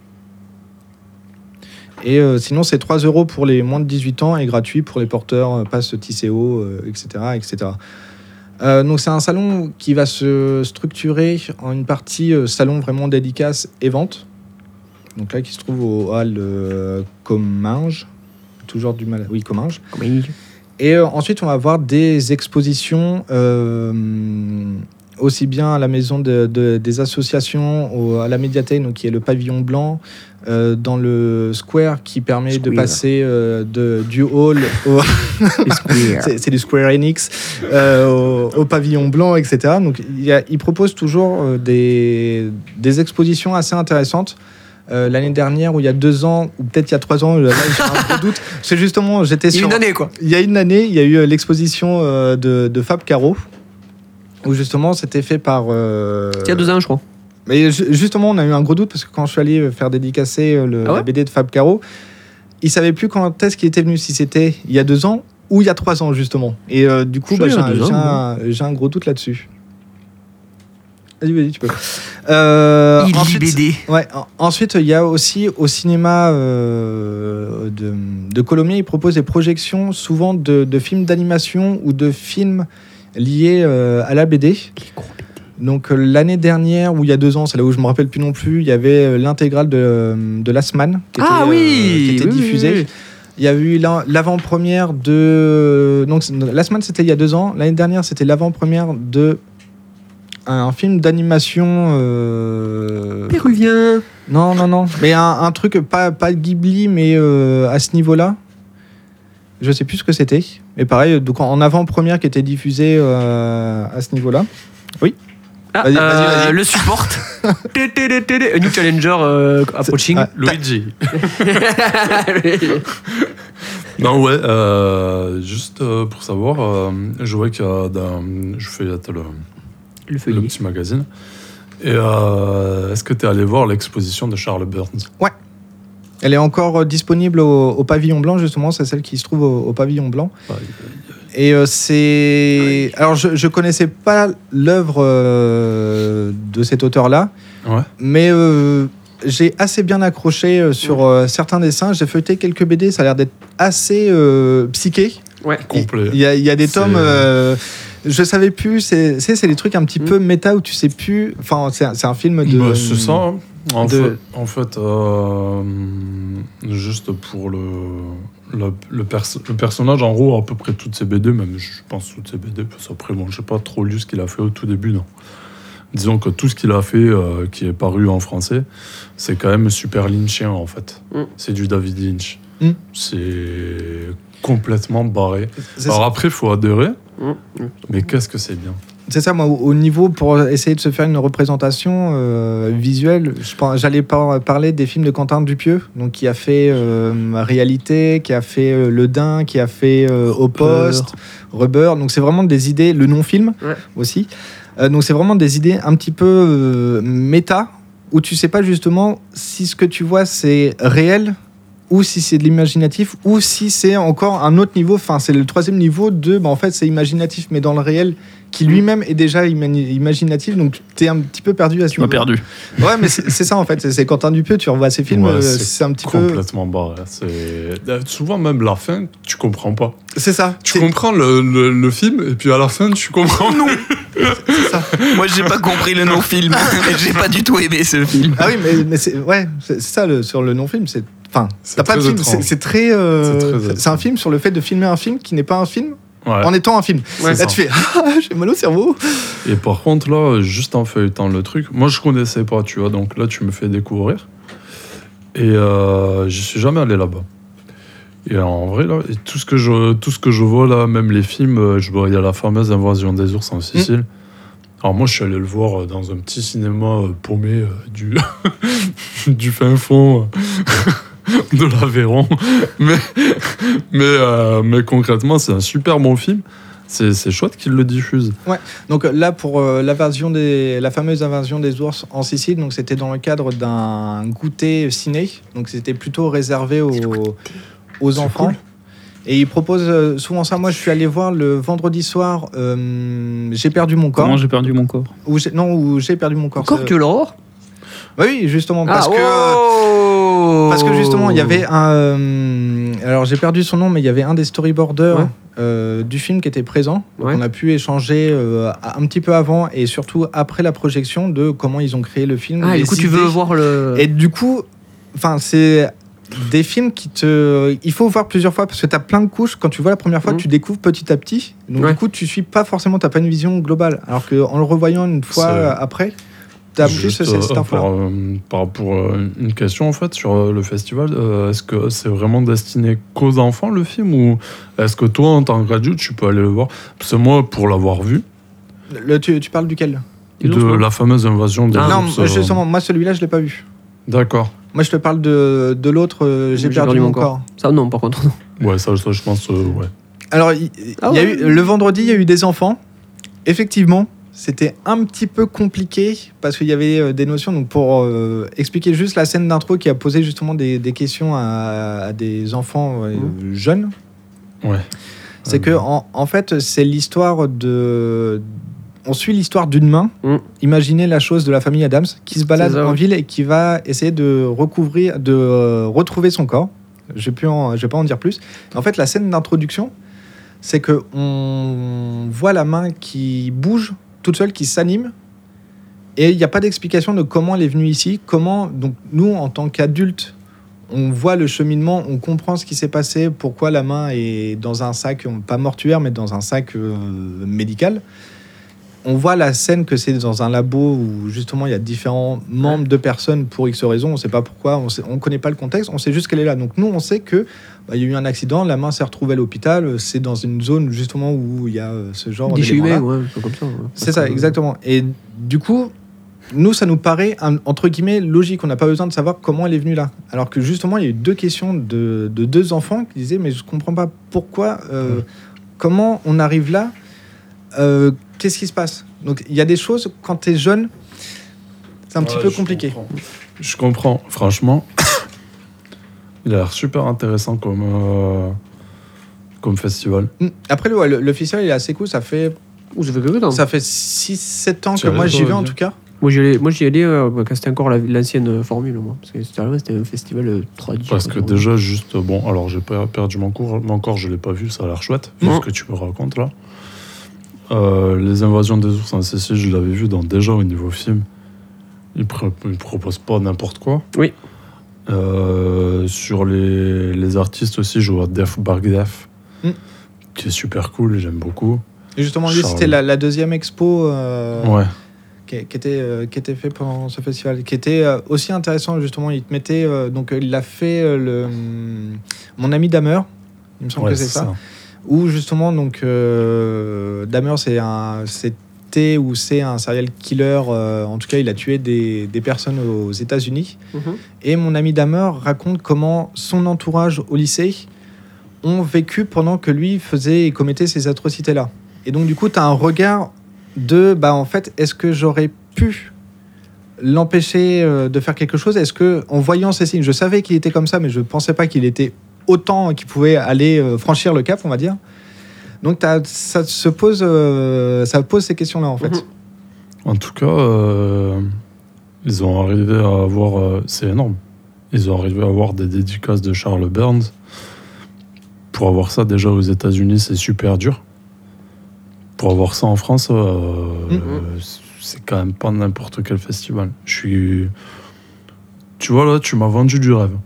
Et euh, sinon, c'est trois euros pour les moins de dix-huit ans et gratuit pour les porteurs, euh, pass T C O, euh, et cetera et cetera. Euh, donc, c'est un salon qui va se structurer en une partie euh, salon vraiment dédicace et vente. Donc là, qui se trouve au hall euh, Comminges. Toujours du mal. Oui, Comminges. Oui. Et euh, ensuite, on va avoir des expositions euh, aussi bien à la maison de, de- des associations, au- à la médiathèque, donc, qui est le pavillon blanc, euh, dans le square qui permet de Square. passer euh, de, du hall au. c'est, c'est du Square Enix, euh, au, au pavillon blanc, et cetera. Donc, il, y a, il propose toujours euh, des, des expositions assez intéressantes. Euh, l'année dernière, ou il y a deux ans, ou peut-être il y a trois ans, là, j'ai un gros doute. C'est justement, j'étais Il y a sur. une année, quoi. Il y a une année, il y a eu euh, l'exposition euh, de, de Fab Caro, où justement c'était fait par. euh, Il y a deux ans, je crois. Mais ju- justement, on a eu un gros doute parce que quand je suis allé faire dédicacer euh, le, Ah ouais la B D de Fab Caro, il savait plus quand est-ce qu'il était venu, si c'était il y a deux ans ou il y a trois ans justement. Et euh, du coup, Je bah, sais, j'ai, il y a un, deux j'ai, ans, un, j'ai un gros doute là-dessus. Vas-y, vas-y, tu peux. Euh, Il lit ensuite- B D. Ouais, en- ensuite, il y a aussi au cinéma euh, de, de Colomiers, ils proposent des projections souvent de, de films d'animation ou de films liés euh, à la B D. Donc euh, l'année dernière, ou il y a deux ans, c'est là où je me rappelle plus non plus, il y avait euh, l'intégrale de, de Last Man qui était, Ah euh, oui, qui était oui, oui, diffusée. oui. Il y a eu l'an- l'avant-première de... Donc c'est- Last Man, c'était il y a deux ans. L'année dernière, c'était l'avant-première de un film d'animation... euh, Péruvien. non, non, non. Mais un, un truc, pas, pas Ghibli, mais euh, à ce niveau-là. Je sais plus ce que c'était. Mais pareil, donc en en avant-première qui était diffusée euh, à ce niveau-là. Ah, Vas-y, euh, vas-y, vas-y. Le support. Té, té, té, té, té. A new challenger euh, approaching. Ah, Luigi. Non, ouais, euh, juste euh, pour savoir, euh, je vois qu'il y a dans, je fais le, Le le feuillet. petit magazine. Et euh, est-ce que tu es allé voir l'exposition de Charles Burns? Elle est encore euh, disponible au, au pavillon blanc, justement. C'est celle qui se trouve au, au pavillon blanc. Ouais, Et euh, c'est. Alors, je ne connaissais pas l'œuvre euh, de cet auteur-là, ouais. mais euh, j'ai assez bien accroché euh, sur euh, certains dessins. J'ai feuilleté quelques B D, ça a l'air d'être assez euh, psyché. Ouais. Complet. Il y a, il y a des C'est- tomes. euh, Je savais plus, c'est, c'est, c'est des trucs un petit peu méta où tu sais plus. Enfin, c'est, un- c'est un film de. Bah, c'est ça. hein. En de- fait, en fait euh, juste pour le, le, le, perso- le personnage, en gros, à peu près toutes ses B D, même je pense toutes ses B D, parce qu'après, bon, j'ai pas trop lu ce qu'il a fait au tout début, non. Disons que tout ce qu'il a fait, euh, qui est paru en français, c'est quand même super lynchien, en fait. Mm. C'est du David Lynch. Mm. C'est complètement barré. C'est, Alors après, il faut adhérer, Mmh. mais qu'est-ce que c'est bien. c'est ça, moi, au, au niveau pour essayer de se faire une représentation euh, visuelle, je pense, j'allais par- parler des films de Quentin Dupieux, donc qui a fait euh, Réalité, qui a fait euh, Le Dain, qui a fait euh, Au Poste, Rubber. Donc c'est vraiment des idées, le non-film Ouais. aussi. Euh, donc c'est vraiment des idées un petit peu euh, méta, où tu sais pas justement si ce que tu vois c'est réel ou si c'est de l'imaginatif ou si c'est encore un autre niveau, enfin c'est le troisième niveau de bah, en fait c'est imaginatif mais dans le réel qui lui-même est déjà imani- imaginatif, donc t'es un petit peu perdu à ce Tu m'as niveau. perdu. Ouais, mais c'est, c'est ça en fait, c'est, c'est Quentin Dupieux, tu revois ses films, Ouais, euh, c'est c'est un petit peu Complètement barré. C'est... euh, Souvent, même la fin, tu comprends pas. c'est ça. Tu C'est- comprends le, le, le film, et puis à la fin, tu comprends. Non. Moi, j'ai pas compris le non-film. J'ai pas du tout aimé ce film. Ah oui, mais, mais c'est ouais, c'est, c'est ça le, sur le non-film, c'est enfin, C'est t'as pas de très film, c'est, étrange. c'est très, euh, C'est très c'est, étrange. un film sur le fait de filmer un film qui n'est pas un film Ouais. en étant un film. Ouais, Là ça. tu fais ah, j'ai mal au cerveau. Et par contre, là, juste en feuilletant le truc, moi, je connaissais pas, tu vois. Donc là, tu me fais découvrir. Et euh, j'y suis jamais allé là-bas. Et en vrai, là, et tout ce que je, tout ce que je vois là, même les films, euh, je vois, il y a la fameuse Invasion des ours en Sicile. Alors moi, je suis allé le voir euh, dans un petit cinéma euh, paumé euh, du, du fin fond euh, de l'Aveyron. Mais, mais, euh, mais concrètement, c'est un super bon film. C'est, c'est chouette qu'ils le diffusent. Donc là, pour euh, l'invasion des, la fameuse invasion des ours en Sicile, donc c'était dans le cadre d'un goûter ciné. Donc c'était plutôt réservé aux, aux C'est enfants. cool. Et ils proposent euh, souvent ça. Moi, je suis allé voir le vendredi soir. euh, j'ai perdu mon corps. Comment j'ai perdu mon corps? Ou j'ai- non, ou j'ai perdu mon corps. Encore c'est- tu veux le revoir? Oui, justement, Ah, parce que. oh Parce que justement, il y avait un. euh, alors, j'ai perdu son nom, mais il y avait un des storyboarders Ouais. euh, du film qui était présent. Donc, Ouais. on a pu échanger euh, un petit peu avant et surtout après la projection de comment ils ont créé le film. Ah, et les du coup, tu idées. veux voir le. Et du coup, enfin, c'est des films qui te. Il faut voir plusieurs fois parce que tu as plein de couches. Quand tu vois la première fois, Mhm. tu découvres petit à petit. Donc, Ouais. du coup, tu suis pas forcément, tu n'as pas une vision globale. Alors qu'en le revoyant une fois C'est- euh, après, tu as plus Juste, cette, euh, cette info-là. par, euh, par rapport à une question en fait sur euh, le festival, euh, est-ce que c'est vraiment destiné qu'aux enfants le film ou est-ce que toi en tant qu'adulte tu peux aller le voir? Parce que moi pour l'avoir vu Le- tu, tu parles duquel Ils de l'ont fait. la fameuse invasion des Ah, Non, ours, euh, justement, moi celui-là, je l'ai pas vu. D'accord. Moi, je te parle de, de l'autre, euh, j'ai perdu, mon corps. Ça, non, par contre, non. Ouais ça, ça, je pense euh, ouais. Alors, il Ah il y a ouais. eu, le vendredi, il y a eu des enfants. Effectivement, c'était un petit peu compliqué parce qu'il y avait euh, des notions. Donc, pour euh, expliquer juste la scène d'intro qui a posé justement des, des questions à, à des enfants euh, Mmh. jeunes, Ouais. c'est Euh, que en, en fait, c'est l'histoire de. On suit l'histoire d'une main. Mm. Imaginez la chose de la famille Adams qui se balade C'est ça, en ouais. ville et qui va essayer de recouvrir, de euh, retrouver son corps. Je ne vais pas en dire plus. En fait, la scène d'introduction, c'est que on voit la main qui bouge toute seule, qui s'anime, et il n'y a pas d'explication de comment elle est venue ici. Comment donc nous, en tant qu'adultes, on voit le cheminement, on comprend ce qui s'est passé, pourquoi la main est dans un sac, pas mortuaire, mais dans un sac euh, médical. On voit la scène que c'est dans un labo où justement il y a différents membres de personnes pour X raisons, on ne sait pas pourquoi, on ne connaît pas le contexte, on sait juste qu'elle est là. Donc nous, on sait que bah, il y a eu un accident, la main s'est retrouvée à l'hôpital, c'est dans une zone justement où il y a euh, ce genre Déchets d'éléments-là. humains, ouais, c'est comme ça. ouais. C'est ça, Parce que- exactement. Et du coup, nous, ça nous paraît, un- entre guillemets, logique. On n'a pas besoin de savoir comment elle est venue là. Alors que justement, il y a eu deux questions de, de deux enfants qui disaient, mais je ne comprends pas pourquoi, euh, comment on arrive là, euh, qu'est-ce qui se passe. Donc, il y a des choses, quand tu es jeune, c'est un petit Ouais, peu je compliqué. comprends. Je comprends, franchement. Il a l'air super intéressant comme, euh, comme festival. Mm. Après, le, ouais, le, le festival, il est assez cool. Ça fait, Ouh, ça fait quelque temps. ça fait six sept ans Tu que avais moi, j'y pas vais en dit. tout cas. Moi, j'y allais, moi, j'y allais euh, quand c'était encore la- l'ancienne formule, moi. Parce que c'était c'était un festival euh, traditionnel. Parce que déjà, juste, bon, alors j'ai pas perdu mon cours, mon corps, je l'ai pas vu, ça a l'air chouette, vu Mm. ce que tu me racontes là. Euh, les invasions des ours en Sicile, je l'avais vu dans déjà au niveau film. Ils ne proposent pas n'importe quoi. Oui. Euh, sur les, les artistes aussi, je vois Def Bagdef, Mm. qui est super cool, j'aime beaucoup. Et justement, lui, Charles. c'était la, la deuxième expo euh, Ouais. qui, qui était, euh, qui était fait pendant ce festival, qui était euh, aussi intéressant, justement. Il te mettait, euh, donc euh, il a fait euh, le, hum, Mon ami Dahmer, il me semble Ouais, que c'est ça. Où justement, donc, euh, Dahmer, c'est un, c'était ou c'est un serial killer. euh, en tout cas, il a tué des, des personnes aux États-Unis. Mhm. Et mon ami Dahmer raconte comment son entourage au lycée ont vécu pendant que lui faisait et commettait ces atrocités-là. Et donc, du coup, tu as un regard de, bah, en fait, est-ce que j'aurais pu l'empêcher euh, de faire quelque chose ? Est-ce que, en voyant ces signes, je savais qu'il était comme ça, mais je ne pensais pas qu'il était autant, qu'il pouvait aller euh, franchir le cap, on va dire. Donc, t'as- ça se pose, euh, ça pose ces questions-là, en fait. Mhm. En tout cas, euh, ils ont arrivé à avoir... euh, c'est énorme. Ils ont arrivé à avoir des dédicaces de Charles Burns. Pour avoir ça, déjà, aux États-Unis, c'est super dur. Pour avoir ça en France, euh, Mhm. euh, c'est quand même pas n'importe quel festival. Je suis... Tu vois, là, tu m'as vendu du rêve.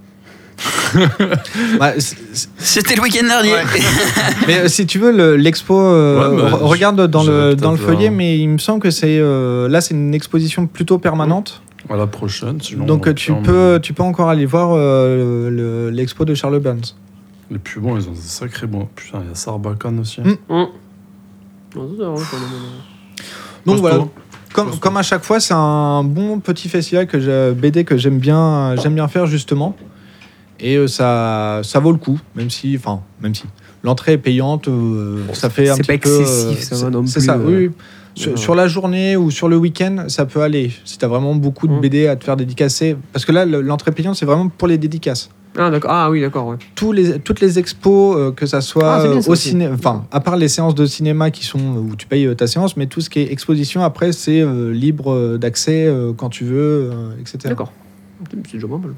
Bah, c'est- c'est- C'était le week-end dernier. Ouais. Mais euh, si tu veux, le- l'expo, euh, Ouais, mais re- regarde dans j'avais le, peut-être dans le un- feuillet, mais il me semble que c'est euh, là, c'est une exposition plutôt permanente. À la prochaine, sinon... Donc au euh, tu pire, peux, tu peux encore aller voir euh, le- l'expo de Charles Burns. Et puis bon, ils ont des sacrés bons... Putain, il y a Sarbacane aussi. Mm. Non, ça, c'est vrai, quand même. Donc Costaud. voilà, comme, Costaud. comme à chaque fois, c'est un bon petit festival que j'ai, B D que j'aime bien, j'aime bien faire justement. Et euh, ça, ça vaut le coup, même si, enfin, même si l'entrée est payante, euh, ça fait un c'est petit pas peu. euh, excessif, ça c'est- va non C'est plus, ça, euh, oui. oui. Sur, ouais. sur la journée ou sur le week-end, ça peut aller. Si t'as vraiment beaucoup de Mm. B D à te faire dédicacer, parce que là, le- l'entrée payante, c'est vraiment pour les dédicaces. Ah, d'accord. Ah, oui, d'accord. Ouais. Tous les, toutes les expos, euh, que ça soit Ah, c'est bien, ça au aussi. cinéma, enfin, à part les séances de cinéma qui sont où tu payes euh, ta séance, mais tout ce qui est exposition, après, c'est euh, libre euh, d'accès euh, quand tu veux, euh, et cetera. D'accord. C'est déjà pas mal.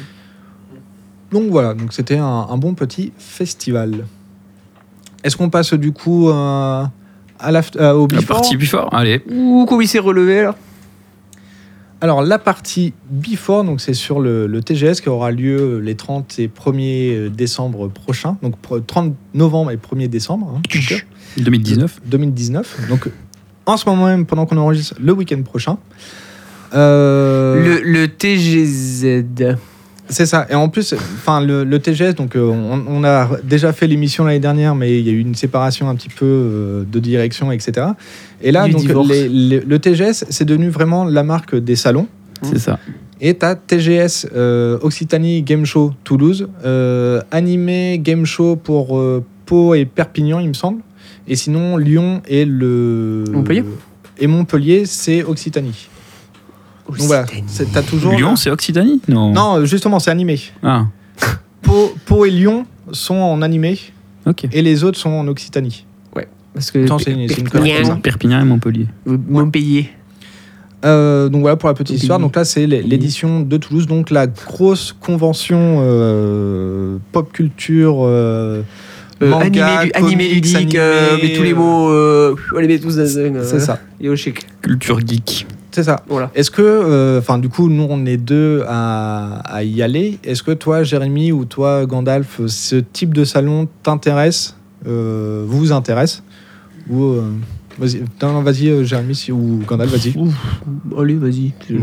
Donc voilà, donc c'était un, un bon petit festival. Est-ce qu'on passe du coup euh, à la, euh, au La before partie before, allez. Ouh, comment il s'est relevé, là. Alors la partie before, donc c'est sur le, le T G S qui aura lieu les trente et premier décembre prochains, donc pro- trente novembre et premier décembre, hein, donc, deux mille dix-neuf. deux mille dix-neuf. Donc en ce moment même, pendant qu'on enregistre, le week-end prochain. Euh, Le, le T G Z. C'est ça. Et en plus, enfin, le, le T G S, donc, euh, on, on a déjà fait l'émission l'année dernière, mais il y a eu une séparation un petit peu euh, de direction, et cetera. Et là, Du donc, divorce. les- les- le T G S, c'est devenu vraiment la marque des salons. C'est ça. Et tu as T G S euh, Occitanie Game Show Toulouse, euh, Animé Game Show pour euh, Pau et Perpignan, il me semble. Et sinon, Lyon et le. Montpellier. Et Montpellier, c'est Occitanie. Donc voilà, c'est- t'as toujours. Lyon, c'est Occitanie Non. Non, justement, c'est animé. Ah, Pau, Pau et Lyon sont en animé ok. et les autres sont en Occitanie. Parce que. Attends, c'est une- c'est une connerie comme ça. Perpignan et Montpellier. Montpellier. Euh, donc voilà pour la petite Montpellier. histoire. Donc là, c'est l'é- l'édition de Toulouse, donc la grosse convention euh, pop culture. Euh, Euh, manga, animé, lu- animé comics, ludique, euh, animé, mais tous les euh, mots, euh, on les met tous dans un. C'est ça. Et au chic. Culture geek. C'est ça. Voilà. Est-ce que, enfin, du coup, nous, on est deux à, à y aller. Est-ce que toi, Jérémy, ou toi, Gandalf, ce type de salon t'intéresse, euh, vous intéresse ou euh, vas-y, non, non, vas-y, euh, Jérémy, si- ou Gandalf, vas-y. Ouf. Allez, vas-y. Ouais.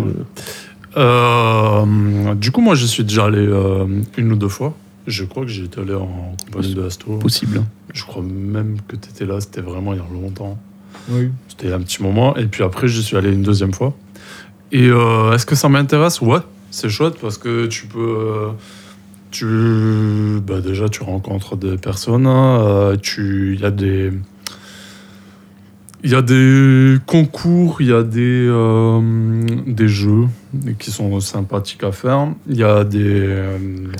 Euh, du coup, moi, je suis déjà allé euh, une ou deux fois. Je crois que j'ai été allé en compagnie de Astro. Possible. Je crois même que tu étais là, c'était vraiment il y a longtemps. Oui. C'était un petit moment. Et puis après, j'y suis allé une deuxième fois. Et euh, est-ce que ça m'intéresse ? Ouais, c'est chouette parce que tu peux. euh, tu, bah déjà, tu rencontres des personnes. euh, tu, il y a des. Il y a des concours, il y a des, euh, des jeux qui sont sympathiques à faire. Il y a des. euh,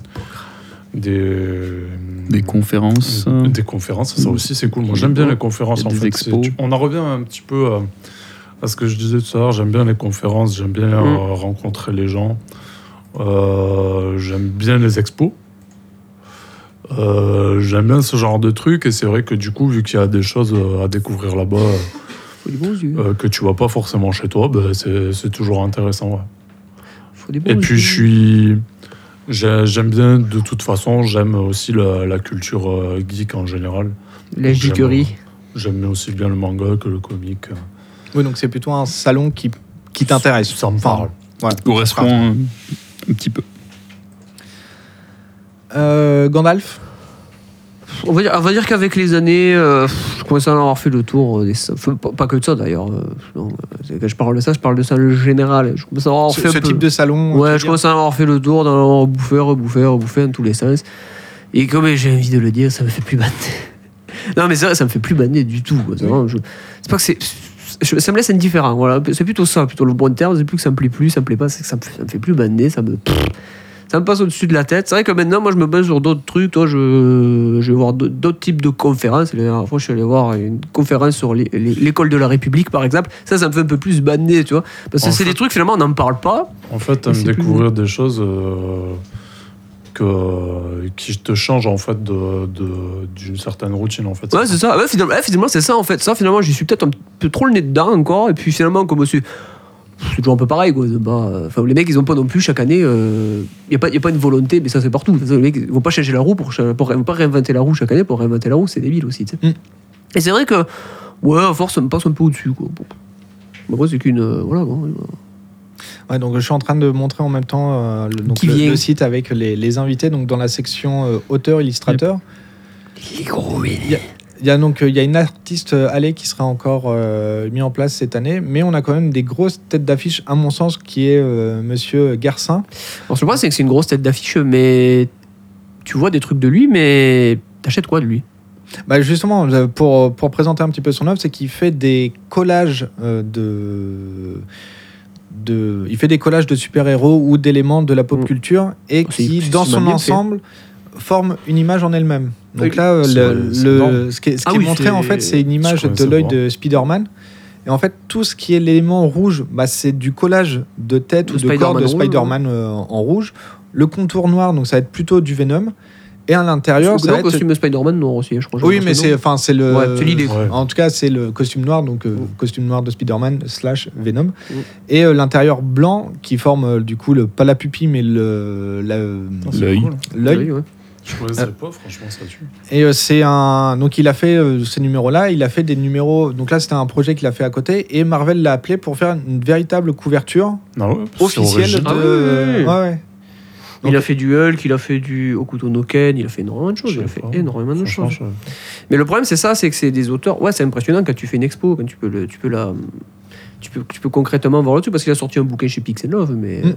des, Des conférences. des conférences, ça aussi c'est cool. Moi j'aime bien les conférences Il y a en des fait. expos. C'est- On en revient un petit peu à, à ce que je disais tout à l'heure. J'aime bien les conférences, j'aime bien Mm. euh, rencontrer les gens, Euh, j'aime bien les expos. Euh, j'aime bien ce genre de truc et c'est vrai que du coup, vu qu'il y a des choses à découvrir là-bas Faut des bons yeux. euh, que tu vois pas forcément chez toi, bah, c'est, c'est toujours intéressant. Ouais. Faut des bons Et puis yeux. je suis, j'ai- j'aime bien de toute façon, j'aime aussi la, la culture euh, geek en général. La geekerie. J'aime aussi bien le manga que le comic. Oui, donc c'est plutôt un salon qui, qui t'intéresse. Ça me Enfin, parle. voilà. Correspond un, un petit peu. Euh, Gandalf. On va dire, on va dire qu'avec les années, euh, je commence à en avoir fait le tour. euh, Des, enfin, pas, pas que de ça d'ailleurs. euh, non, euh, quand je parle de ça, je parle de ça en général. Je commence à en avoir Ce, fait un ce peu- type de salon. Ouais, tu je veux dire. commence à en avoir fait le tour, d'en avoir rebouffé, rebouffé, rebouffé dans tous les sens. Et comme j'ai envie de le dire, ça me fait plus bander. Non, mais c'est vrai, ça me fait plus bander du tout. quoi. C'est, vraiment, je- c'est pas que c'est. je- Ça me laisse indifférent. Voilà. C'est plutôt ça, plutôt le bon terme. C'est plus que ça me plaît plus, ça me plaît pas, c'est que ça me fait, ça me fait plus bander, ça me. Ça me passe au-dessus de la tête. C'est vrai que maintenant, moi, je me base sur d'autres trucs. Toi, je, je vais voir d'autres d'autres types de conférences. La dernière fois, je suis allé voir une conférence sur les- les- l'école de la République, par exemple. Ça, ça me fait un peu plus bander, tu vois. Parce que En c'est fait- des trucs, finalement, on n'en parle pas. En fait, t'aimes c'est plus- découvrir des choses euh, que, qui te changent en fait de, de- d'une certaine routine en fait. Ouais, c'est ça. Ouais, finalement, ouais, finalement, c'est ça, en fait. Ça, finalement, j'y suis peut-être un peu trop le nez dedans encore. Et puis, finalement, comme c'est. C'est toujours un peu pareil, quoi. Bah, enfin, les mecs, ils ont pas non plus chaque année. Il euh, n'y a, pas- y a pas une volonté, mais ça, c'est partout. Les mecs, ils vont pas changer la roue pour, cha- pour, ils vont pas réinventer la roue chaque année pour réinventer la roue, c'est débile aussi, tu sais. Mm. Et c'est vrai que, ouais, à force, ça me passe un peu au-dessus, quoi. Bon. Bah, moi, c'est qu'une. euh, voilà, bon, Ouais, donc je suis en train de montrer en même temps euh, le, donc Qui le, vient. le site avec les, les invités. Donc dans la section euh, auteur-illustrateur, les gros, il y a, il y a donc euh, il y a une artiste euh, allée qui sera encore euh, mis en place cette année, mais on a quand même des grosses têtes d'affiche à mon sens qui est euh, Monsieur Garcin. Alors, je pense c'est que c'est une grosse tête d'affiche, mais tu vois des trucs de lui, mais t'achètes quoi de lui? Bah justement, euh, pour, pour présenter un petit peu son œuvre, c'est qu'il fait des collages euh, de, de... Il fait des collages de super-héros ou d'éléments de la pop Mm. culture et Oh, c'est- qui, c'est dans super son bien fait. ensemble, forme une image en elle-même. Donc Oui, là, euh, c'est- le, c'est le- énorme. ce qui est, ce Ah qui est oui, montré, c'est- en fait, c'est une image je de connaissais l'œil pas. de Spider-Man. Et en fait, tout ce qui est l'élément rouge, bah, c'est du collage de tête De ou de corps Spider-Man de rouge, Spider-Man euh, en rouge. Le contour noir, donc ça va être plutôt du Venom. Et à l'intérieur, ça Le va être... costume de Spider-Man noir aussi, je crois. Oui, je mais pense que c'est non. enfin c'est le Ouais, c'est l'idée. Ouais. En tout cas, c'est le costume noir, donc euh, costume noir de Spider-Man slash Venom, Mm. et euh, l'intérieur blanc qui forme euh, du coup le pas la pupille mais le la- Ah, c'est L'œil. cool. l'œil. Oui, ouais. Je connaissais pas, franchement, ça tue. Et euh, c'est un donc il a fait euh, ces numéros-là, il a fait des numéros. Donc là, c'était un projet qu'il a fait à côté, et Marvel l'a appelé pour faire une véritable couverture Non, ouais, c'est officielle de. original. Ah oui, oui, oui. Ouais, ouais. Il Donc- a fait du Hulk, il a fait du Okuto no Ken, il a fait énormément de choses. Je Il a sais fait pas. énormément de Franchement, choses. je- Mais le problème, c'est ça, c'est que c'est des auteurs. Ouais, c'est impressionnant quand tu fais une expo, quand tu peux, le, tu peux la. Tu peux, tu peux concrètement voir le truc, parce qu'il a sorti un bouquin chez Pix and Love, mais. Mm. euh,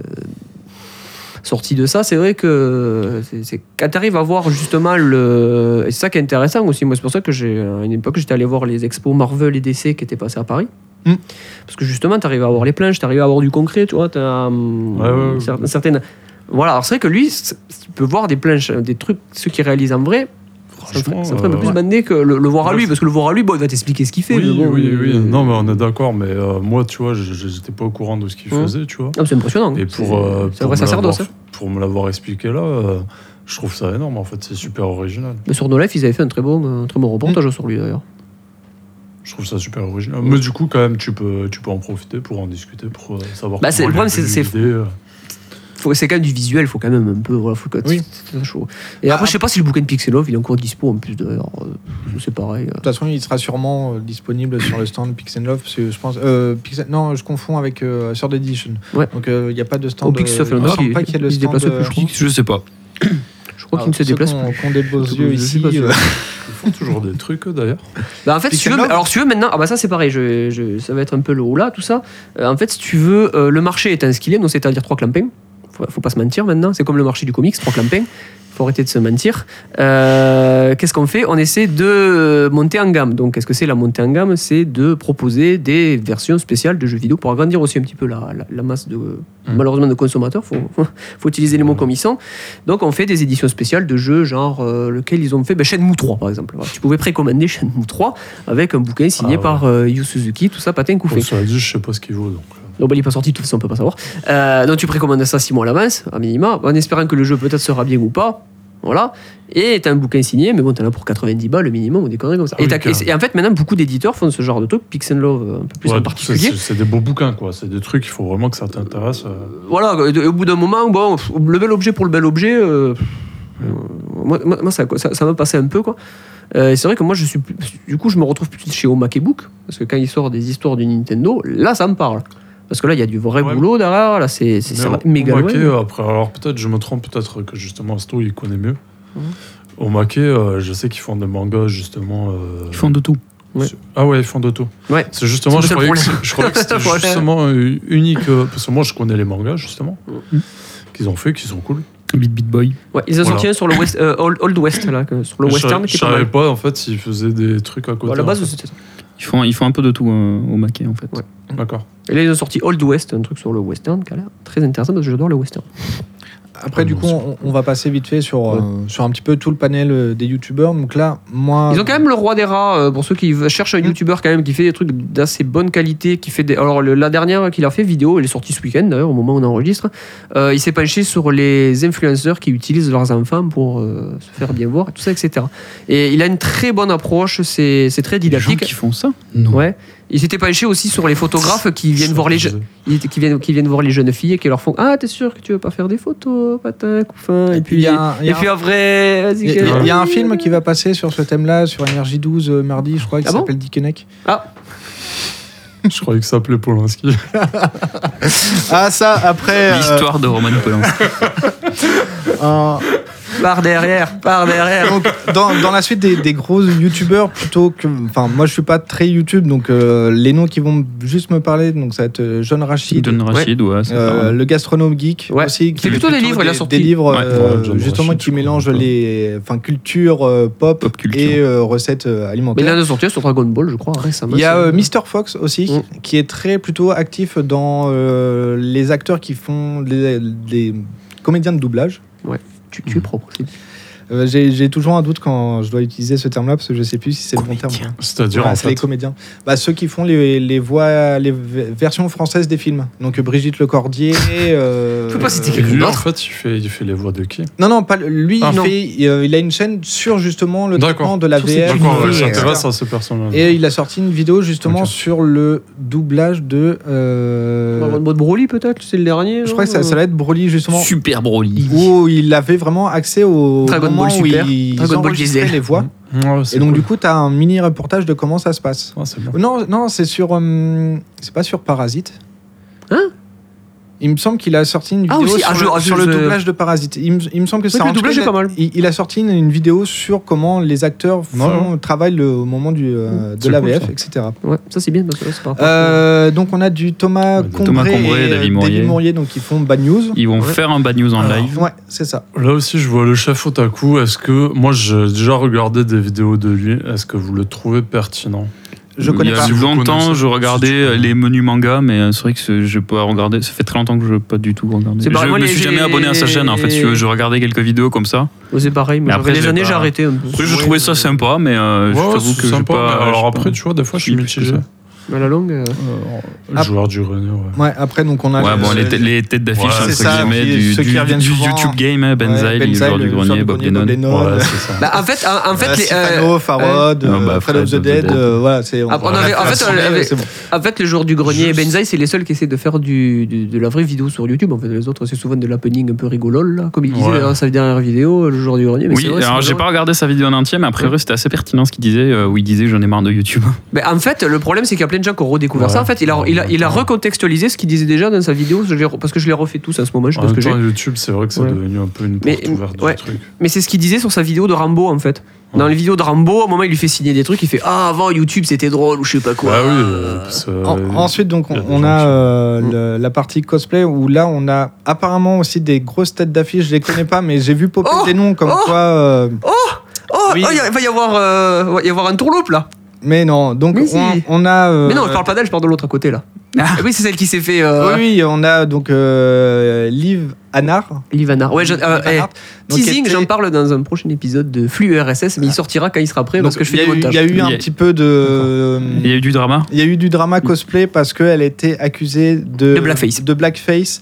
sorti de ça, c'est vrai que c'est, c'est, quand tu arrives à voir justement le. Et c'est ça qui est intéressant aussi. Moi, c'est pour ça que j'ai, à une époque, j'étais allé voir les expos Marvel et D C qui étaient passés à Paris. Mm. Parce que justement, tu arrives à voir les planches, tu arrives à avoir du concret, tu vois. T'as, hum, Ouais, ouais, ouais. cer- certaines. Voilà, alors c'est vrai que lui, c'est- tu peux voir des planches, des trucs, ceux qui réalisent en vrai. Ça me ferait, Franchement, ça me ferait un peu euh, plus bander que le, le voir à Ouais, lui, c'est- parce que le voir à lui, bon, il va t'expliquer ce qu'il fait. Oui, mais bon, oui, oui. euh, Non, mais on est d'accord, mais euh, moi, tu vois, je- je- j'étais pas au courant de ce qu'il Hum. faisait, tu vois. non, c'est impressionnant. Et C'est- pour, euh, c'est un pour vrai me sacerdoce. l'avoir- hein. pour me l'avoir expliqué là, euh, je trouve ça énorme, en fait, c'est super original. Mais sur No Life, ils avaient fait un très bon, un très bon reportage sur lui d'ailleurs. Je trouve ça super original. Mais du coup, quand même, tu peux, tu peux en profiter pour en discuter, pour euh, savoir Bah, c'est- comment le problème, il est c'est- venu c'est- l'idée, euh. Faut, c'est quand même du visuel, faut quand même un peu. Voilà, faut que Oui. c'est chaud. Et après, je sais pas si le bouquin de Pixelov, il est encore dispo en plus d'ailleurs. euh, C'est pareil. De toute façon, il sera sûrement euh, disponible sur le stand Pix and Love, parce que je pense. Euh, Pix- non, je confonds avec euh, Third Edition. Ouais. Donc il n'y a pas de stand. Au Pix euh, Soft il me London, semble il- pas qu'il y ait le il se stand. déplace euh, plus, je crois. Je sais pas. Je crois qu'il ne se ceux déplace qu'on- plus. qu'on des beaux Je yeux sais ici. pas sûr. euh, Ils font toujours des trucs, eux, d'ailleurs. Bah en fait, si tu veux, Pixel Love. alors si tu veux maintenant, ah bah ça c'est pareil, je, je- ça va être un peu le haut là, tout ça. Euh, en fait, si tu veux, euh, le marché est ce qu'il est, donc c'est-à-dire trois clampings. Faut, faut pas se mentir maintenant, c'est comme le marché du comics, trois clampings. Faut arrêter de se mentir. Euh, qu'est-ce qu'on fait? On essaie de monter en gamme. Donc, qu'est-ce que c'est la montée en gamme? C'est de proposer des versions spéciales de jeux vidéo pour agrandir aussi un petit peu la, la, la masse de, malheureusement, de consommateurs. Faut, faut utiliser les mots comme ils sont. Donc, on fait des éditions spéciales de jeux, genre euh, lequel ils ont fait ben, Shenmue trois, par exemple. Voilà. Tu pouvais précommander Shenmue trois avec un bouquin signé Ah ouais. par euh, Yu Suzuki, tout ça, patin couffé. Bon, cela dit, je sais pas ce qu'il vaut, donc. euh. Donc, bah, il n'est pas sorti, de toute façon, on peut pas savoir. Euh, donc, tu précommandes ça six mois à l'avance, à minima, en espérant que le jeu peut-être sera bien ou pas. Voilà. Et t'as un bouquin signé, mais bon, t'en as pour quatre-vingt-dix balles le minimum ou des conneries comme ça. Ah et, oui, t'as- carrément. et en fait, maintenant, beaucoup d'éditeurs font ce genre de truc, Pix and Love un peu plus Ouais, en c'est- particulier. c'est, c'est des beaux bouquins, quoi. C'est des trucs, il faut vraiment que ça t'intéresse. euh. Voilà, et au bout d'un moment, bon, le bel objet pour le bel objet, euh, euh, moi, moi, moi, ça, ça, ça m'a passé un peu, quoi. Euh, et c'est vrai que moi, je suis plus- du coup, je me retrouve plus chez Omake Book, parce que quand il sort des histoires du Nintendo, là, ça me parle. Parce que là, il y a du vrai Ouais. boulot derrière, là, c'est, c'est, ça Mais va méga loin. Omake, euh, après, alors peut-être, je me trompe, peut-être que justement, Sto, il connaît mieux. Omake, euh, je sais qu'ils font des mangas, justement. euh, Ils font de tout. Ouais. sur- Ah ouais, ils font de tout. Ouais. C'est justement, C'est je le croyais, que, problème. c'est- je croyais que c'était C'est le problème. justement euh, unique. euh, Parce que moi, je connais les mangas, justement, Mm. qu'ils ont fait, qui sont cool. Beat Beat Boy. Ouais, ils ont Voilà. sorti un sur le West, euh, Old, Old West, là, que- sur le Je western, savais- qui est Je pas savais mal. pas, en fait, s'ils faisaient des trucs à côté. Bon, à la en base, fait. c'était ça. Ils font, ils font un peu de tout euh, au maquet, en fait. Ouais. D'accord. Et là, ils ont sorti Old West, un truc sur le western, qui a l'air très intéressant, parce que j'adore le western. Après, du coup, on, on va passer vite fait sur, euh, sur un petit peu tout le panel euh, des youtubeurs. Donc là, moi. Ils ont quand même le roi des rats, euh, pour ceux qui v- cherchent un youtubeur quand même qui fait des trucs d'assez bonne qualité, qui fait des... Alors le- la dernière qu'il a fait vidéo, elle est sortie ce week-end d'ailleurs au moment où on enregistre, euh, il s'est penché sur les influenceurs qui utilisent leurs enfants pour euh, se faire bien voir, et tout ça, et cetera. Et il a une très bonne approche, c'est c'est très Les gens didactique. qui font ça Non. Ouais. Il s'était penché aussi sur les photographes qui viennent voir les jeunes, qui viennent, qui viennent voir les jeunes filles et qui leur font ah t'es sûr que tu veux pas faire des photos, patin, couffin, et puis il y a un- il y et a puis un- après vas-y. Il y, a- que- il y a un film qui va passer sur ce thème-là sur Énergie douze euh, mardi, je crois, qui Ah bon s'appelle Dickeneck. Ah Je croyais que ça s'appelait Polanski. Ah, ça, après. euh, L'histoire de Roman Polanski. un- par derrière, par derrière. donc, dans, dans la suite des, des gros youtubeurs, plutôt que. Enfin, moi, je suis pas très YouTube, donc euh, les noms qui vont juste me parler, donc ça va être euh, John Rachid. John Rachid, ouais, c'est euh, pas mal. le gastronome geek Ouais. aussi, qui C'est plutôt des livres, il a des, sorti. des livres Ouais. euh, Ouais, John justement Rachid, qui je mélangent crois. les enfin culture euh, pop, Pop culture. et euh, recettes euh, Mais il alimentaires. en a sorti un sur Dragon Ball, je crois, récemment. Il y a c'est- euh, Mister Fox aussi, Mm. qui est très plutôt actif dans euh, les acteurs qui font les, les comédiens de doublage. Tu, tu es propre. c'est- Euh, J'ai j'ai toujours un doute quand je dois utiliser ce terme-là parce que je sais plus si c'est le bon terme. C'est-à-dire, Ouais, en c'est les fait. comédiens. Bah, ceux qui font les, les voix, les v- versions françaises des films. Donc euh, Brigitte Lecordier. Euh, Je peux pas citer Et quelqu'un lui, en d'autre. fait, il fait, il fait les voix de qui Non, non, pas le- lui. Ah, il, non. fait, euh, il a une chaîne sur justement le D'accord. traitement de la Sur V ses F. D'accord, ouais, et il cetera. s'intéresse à ces personnages. Et il a sorti une vidéo justement Ok. sur le doublage de. euh, En mode Broly, peut-être, c'est le dernier. je non crois que ça, ça va être Broly justement. Super Broly. Où il avait vraiment accès au Dragon moment Ball où Super. ils Dragon Ball enregistraient Diesel. les voix. Ouais, c'est Et donc cool. du coup, tu as un mini reportage de comment ça se passe. Ah, c'est bien. Non, non, c'est sur. euh, c'est pas sur Parasite. Hein Il me semble qu'il a sorti une Ah, vidéo aussi, sur, ah, je- le, ah, sur je- le je- doublage de Parasite. Il me, il me semble que Oui, ça. le en tout doublage cas, est pas mal. Il, il a sorti une, une vidéo sur comment les acteurs font, travaillent le, au moment du, euh, de C'est la cool, V F, ça. et cetera. Ouais, ça c'est bien parce que là, c'est par rapport. Euh, donc on a du Thomas Ouais, Combré, Thomas Combré, et David euh, Mourier. Mourier, donc ils font Bad News. Ils vont Ouais. faire un bad news en Alors, live. Ouais, c'est ça. Là aussi, je vois le chef otaku. Est-ce que. Moi, j'ai déjà regardé des vidéos de lui. Est-ce que vous le trouvez pertinent Je connais Il y pas. a Si vous longtemps, connaissez, je si regardais tu connais. les menus manga, mais c'est vrai que je peux pas regarder. Ça fait très longtemps que je n'ai pas du tout regardé. C'est Je pareil, moi, me les- suis jamais abonné à sa chaîne. En fait, si tu veux, je regardais quelques vidéos comme ça. Ouais, c'est pareil, mais Mais j'avais après, des j'ai années, pas- j'ai arrêté un peu. Après, je trouvais ça sympa, mais euh, je Ouais, t'avoue c'est que j'ai sympa, pas. mais alors j'ai après, pas- tu vois, des fois, je suis plus que mitigé. ça. À la longue. euh, Euh, Ah. joueur du grenier, ouais. Ouais, après, donc on a. Ouais, le- bon, les, têtes- les têtes d'affiche, Ouais, entre c'est ça, guillemets, puis du, ceux qui du- reviennent du souvent. YouTube Game, hein, Benzaï, Ouais, le Benzaï, joueur du le joueur grenier, Bob Lennon. Ouais, c'est ça. Bah, en fait, en, en fait, Euh, les, euh, Stefano, Farod, euh, euh, bah, Fred of the Fred of the Dead, Dead. euh, voilà, c'est. Ah, on avait- en fait, on avait- c'est bon. En fait, les joueurs du grenier et Juste- Benzaï, c'est les seuls qui essaient de faire du, du- de la vraie vidéo sur YouTube. En fait, les autres, c'est souvent de l'happening un peu rigolol, là, comme il disait Ouais. dans sa dernière vidéo, le joueur du grenier. Mais Oui, c'est vrai, alors c'est j'ai vraiment- pas regardé sa vidéo en entier, mais a priori c'était assez pertinent ce qu'il disait, euh, où il disait j'en ai marre de YouTube. Mais en fait, le problème, c'est qu'il y a plein de gens qui ont redécouvert Ouais. ça. En fait, il a, il a, il a Ouais. recontextualisé ce qu'il disait déjà dans sa vidéo, je l'ai re- parce que je les refais tous à ce moment, je sais En pas ce même que j'ai. temps, YouTube, c'est vrai que c'est Ouais. devenu un peu une Mais- porte ouverte ouais. du truc. Mais c'est ce qu'il disait sur sa vidéo de Rambo, en fait. Dans Ouais. les vidéos de Rambo, à un moment, il lui fait signer des trucs, il fait Ah, avant YouTube, c'était drôle, ou je sais pas quoi. Ouais, oui. euh, parce que, En- euh, ensuite, donc, il y on, a des on gens a qui- euh, Mm. le- la partie cosplay où là, on a apparemment aussi des grosses têtes d'affiche. Je les connais pas, mais j'ai vu popper Oh des noms comme Oh quoi. euh, Oh, Oui. oh, il va y avoir, euh, il va y avoir un tourloupe, là. mais non, donc Mais si. on, on a. euh, Mais non, je parle pas d'elle, je parle de l'autre à côté, là. Ah. Oui, c'est celle qui s'est fait. Euh, Oui, oui, on a donc euh, Liv Annar. Livana. Ouais, je, euh, Liv eh, Annar. Donc, teasing, était- j'en parle dans un prochain épisode de Flux R S S, mais il sortira quand il sera prêt parce donc, que je fais il y du a eu- montage. Il y a eu un Il y a- petit peu de. Il y a eu du drama. Il y a eu du drama cosplay parce qu'elle était accusée de, De blackface. de blackface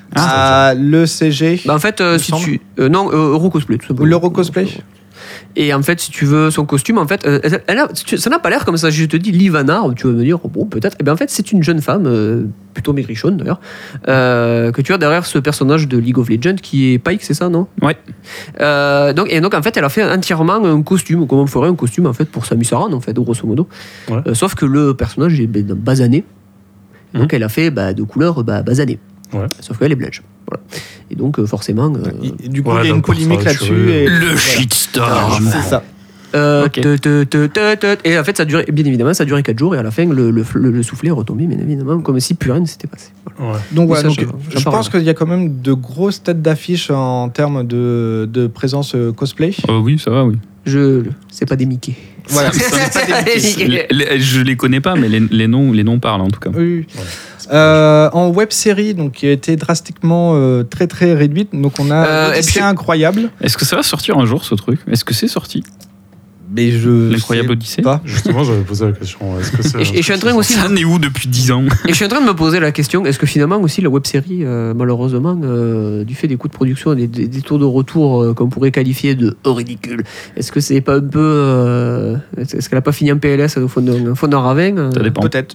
Ah, le C G. Bah, en fait, euh, Il me si semble. tu. euh, non, euh, Euro Cosplay, tout simplement. L'Euro Cosplay. Et en fait, si tu veux son costume, en fait, euh, elle a- tu- ça n'a pas l'air comme ça. Je te dis Livana, tu vas me dire, bon, peut-être. Et bien en fait, c'est une jeune femme, euh, plutôt maigrichonne d'ailleurs, euh, que tu as derrière ce personnage de League of Legends qui est Pike, c'est ça, non? Ouais. Euh, donc, et donc, en fait, elle a fait entièrement un costume, comme on ferait un costume, en fait, pour Samus Aran, en fait, grosso modo. Ouais. Euh, sauf que le personnage est ben, basané. Donc, elle a fait bah, de couleur bah, basanée. Ouais. Sauf qu'elle est blanche. Voilà. Et donc, euh, forcément. euh, Et du coup, Ouais, il y a une donc pour polémique ça, là-dessus. tu veux- et- Le voilà. shitstorm. C'est ça. Euh, Ok. te- te- te- te- te- Et en fait, ça a duré, bien évidemment, ça a duré quatre jours et à la fin, le, le, le- le soufflet est retombé, bien évidemment, comme si plus rien ne s'était passé. Voilà. Ouais. Donc Mais voilà, ça, donc, je- je je parle. pense qu'il y a quand même de grosses têtes d'affiche en termes de, de présence euh, cosplay. Euh, oui, ça va, oui. Je, c'est pas des Mickey. Voilà. C'est pas des Mickey. Les- les- je les connais pas, mais les, les noms, les noms parlent en tout cas. Oui, oui. Euh, en web série, donc qui a été drastiquement euh, très très réduite. Donc on a Euh, et l'Odyssée puis- incroyable. Est-ce que ça va sortir un jour ce truc? Est-ce que c'est sorti? Mais je L'incroyable sais Odyssée pas. Justement, j'avais posé la question. Est-ce que c'est. Et, je- et je suis en train aussi. Ça en est où depuis dix ans? Et je suis en train de me poser la question, est-ce que finalement aussi la web série, malheureusement, euh, du fait des coûts de production et des, des- des tours de retour euh, qu'on pourrait qualifier de ridicule, est-ce que c'est pas un peu. euh, est-ce qu'elle a pas fini en P L S au fond d'un fond d'un ravin euh, Ça dépend. Peut-être.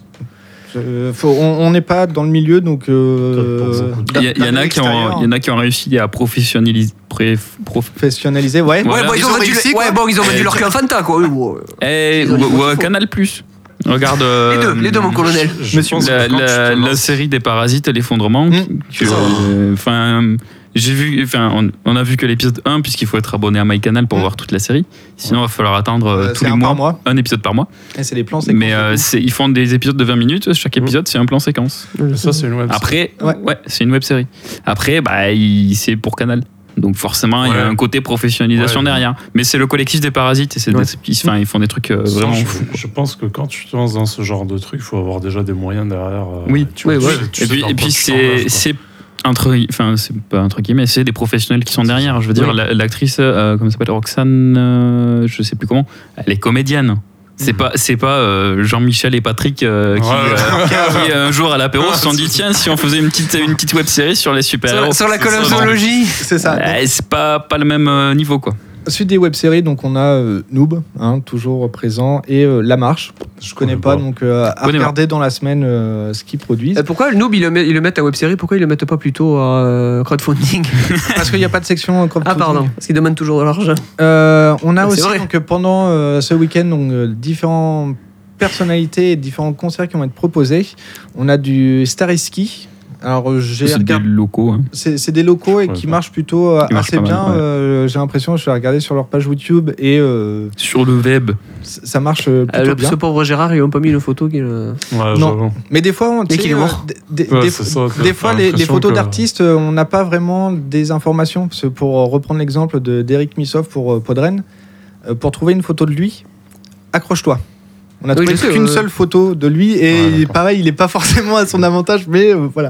Je- faut- on n'est pas dans le milieu, donc. euh, Peut-être pour beaucoup de- Il y, a- il y en a qui ont, d'extérieur, il y en a qui ont réussi à professionnaliser. pré- prof- professionnalisé, ouais. Ouais, Ouais, bon, ils, ont vendu, réussi, ouais, quoi. bon, ils ont vendu leur clan Fanta, quoi. Oui, bon, euh, Eh, Ils ont ou, dit, ou faut- à Canal Plus. Regarde. Les euh, deux, les deux, mon colonel. Je Monsieur, pense que La, quand la- tu te la lances- série des Parasites, l'effondrement. Mmh. que- euh, Enfin, j'ai vu. Enfin, on, on a vu que l'épisode un, puisqu'il faut être abonné à MyCanal pour Mmh. voir toute la série. Sinon, il va falloir attendre euh, Euh, tous c'est les un mois, par mois. un épisode par mois. Et c'est les plans, c'est Mais cool. euh, c'est- ils font des épisodes de vingt minutes. Chaque épisode, c'est un plan séquence. Ça, c'est une web. Après, Ouais. ouais, c'est une web série. Après, bah, il- c'est pour Canal. Donc forcément, il y a Ouais. un côté professionnalisation Ouais. derrière. Mais c'est le collectif des Parasites et c'est Ouais. des- ils, enfin, ils font des trucs euh, Ça, vraiment je, fous. je pense que quand tu te lances dans ce genre de truc, il faut avoir déjà des moyens derrière. euh, Oui. tu Oui, vois, ouais. tu sais- tu Et sais puis, dans et quoi puis tu c'est t'engages, quoi. c'est entre, enfin c'est pas entre guillemets, c'est des professionnels qui sont derrière. Je veux dire, Oui. la- l'actrice, euh, comment elle s'appelle, Roxane, euh, je sais plus comment, elle est comédienne. C'est Mhm. pas, c'est pas euh, Jean-Michel et Patrick euh, qui, Ouais. euh, qui, un jour à l'apéro se sont dit tiens, si on faisait une petite, une petite web série sur les super Sur, héros. la- sur la colossologie. C'est ça. Donc, c'est pas, pas le même euh, niveau quoi. suite des web-séries, donc on a euh, Noob, hein, toujours présent, et euh, La Marche. Je connais connais pas, pas. donc euh, à Connais pas. regarder dans la semaine euh, ce qu'ils produisent. Euh, Pourquoi le noob ils le, met- ils le mettent à web série? Pourquoi ils le mettent pas plutôt à euh, crowdfunding? Parce qu'il n'y a pas de section euh, crowdfunding. Ah pardon, parce qu'ils demandent toujours de l'argent. Euh, on a Ah, c'est aussi vrai. donc, pendant euh, ce week-end donc, euh, différentes personnalités et différents concerts qui vont être proposés. On a du Stariski. Alors euh, j'ai C'est des regardé. locaux. hein. C'est c'est des locaux et Ouais, qui ouais. marchent plutôt euh, Ils marchent assez pas mal, bien. ouais. Euh, j'ai l'impression, je suis regardé sur leur page YouTube et euh, Sur le web. c- ça marche euh, plutôt Euh, le, bien. ce pauvre Gérard, ils ont pas mis une photo qu'il. euh, Ouais, Non. j'avoue. Mais des fois, on, tu Dès sais, qu'il est euh, mort. des, des- Ouais, des- c'est ça, des t'as fois, les, les l'impression photos que- d'artistes, euh, on n'a pas vraiment des informations. Parce que pour reprendre l'exemple de d'Eric Missov pour euh, Podren, euh, pour trouver une photo de lui, accroche-toi. On a Oui, trouvé je sais, qu'une ouais. seule photo de lui et Ouais, il- d'accord. pareil, il n'est pas forcément à son avantage, mais euh, voilà.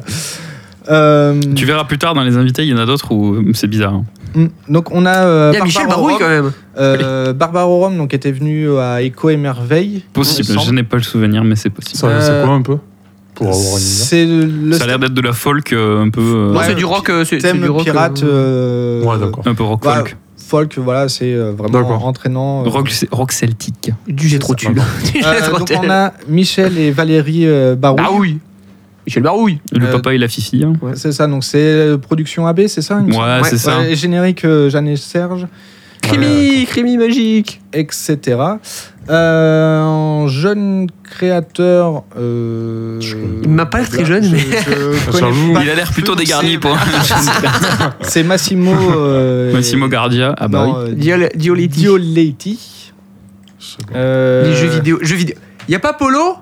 Euh, Tu verras plus tard dans les invités, il y en a d'autres où euh, c'est bizarre. hein. mm, donc on a euh, Il y a Michel Barbara Barouille Rome, quand même. euh, Barbara Rome, donc était venue à Echo et Merveille. Possible, il me je semble. n'ai pas le souvenir, mais c'est possible. Ça, Euh, c'est quoi un peu Pour avoir une idée. C'est le Ça a l'air d'être de la folk euh, un peu, euh, Non, Ouais, c'est du rock. euh, C'est c'est thème du rock. pirate. euh, euh, Ouais, d'accord. un peu rock bah, folk. folk, voilà, c'est euh, vraiment D'accord. entraînant. euh. Rock, rock celtique. Du jet trop ça. tulle. Du Euh, jet trop donc tulle. on a Michel et Valérie euh, Barouille. Barouille. Michel Barouille. Le Euh, papa et la fifi. hein. C'est ça, donc c'est euh, production A B, c'est ça il me Ouais, semble c'est ça. et générique euh, Jeanne et Serge, Crimi, Crimi magique. et cetera. Euh, en jeune créateur. Euh, Je- Il m'a pas l'air très jeune, je- mais- je connais J'avoue. pas Il a l'air plutôt plus, dégarni c'est- pour C'est Massimo. euh, Massimo Gardia. Ah bah non, oui. euh, Diol- Dioletti. Dioletti. Je sais pas. Euh, Les jeux vidéo. Jeux vidéo. Y a pas Polo?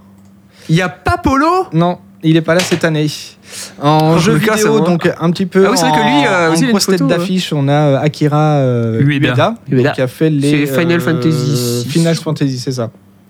Y a pas Polo? Non, il est pas là cette année. En Oh, jeu le cas, c'est vidéo, moi. donc un petit peu. Ah oui, c'est vrai que lui, euh, en, aussi, il a en une grosse tête photo, ouais. d'affiche, on a euh, Akira euh, Ueda. Ueda, Ueda. qui a fait les C'est Final Fantasy six. Final Fantasy, c'est ça.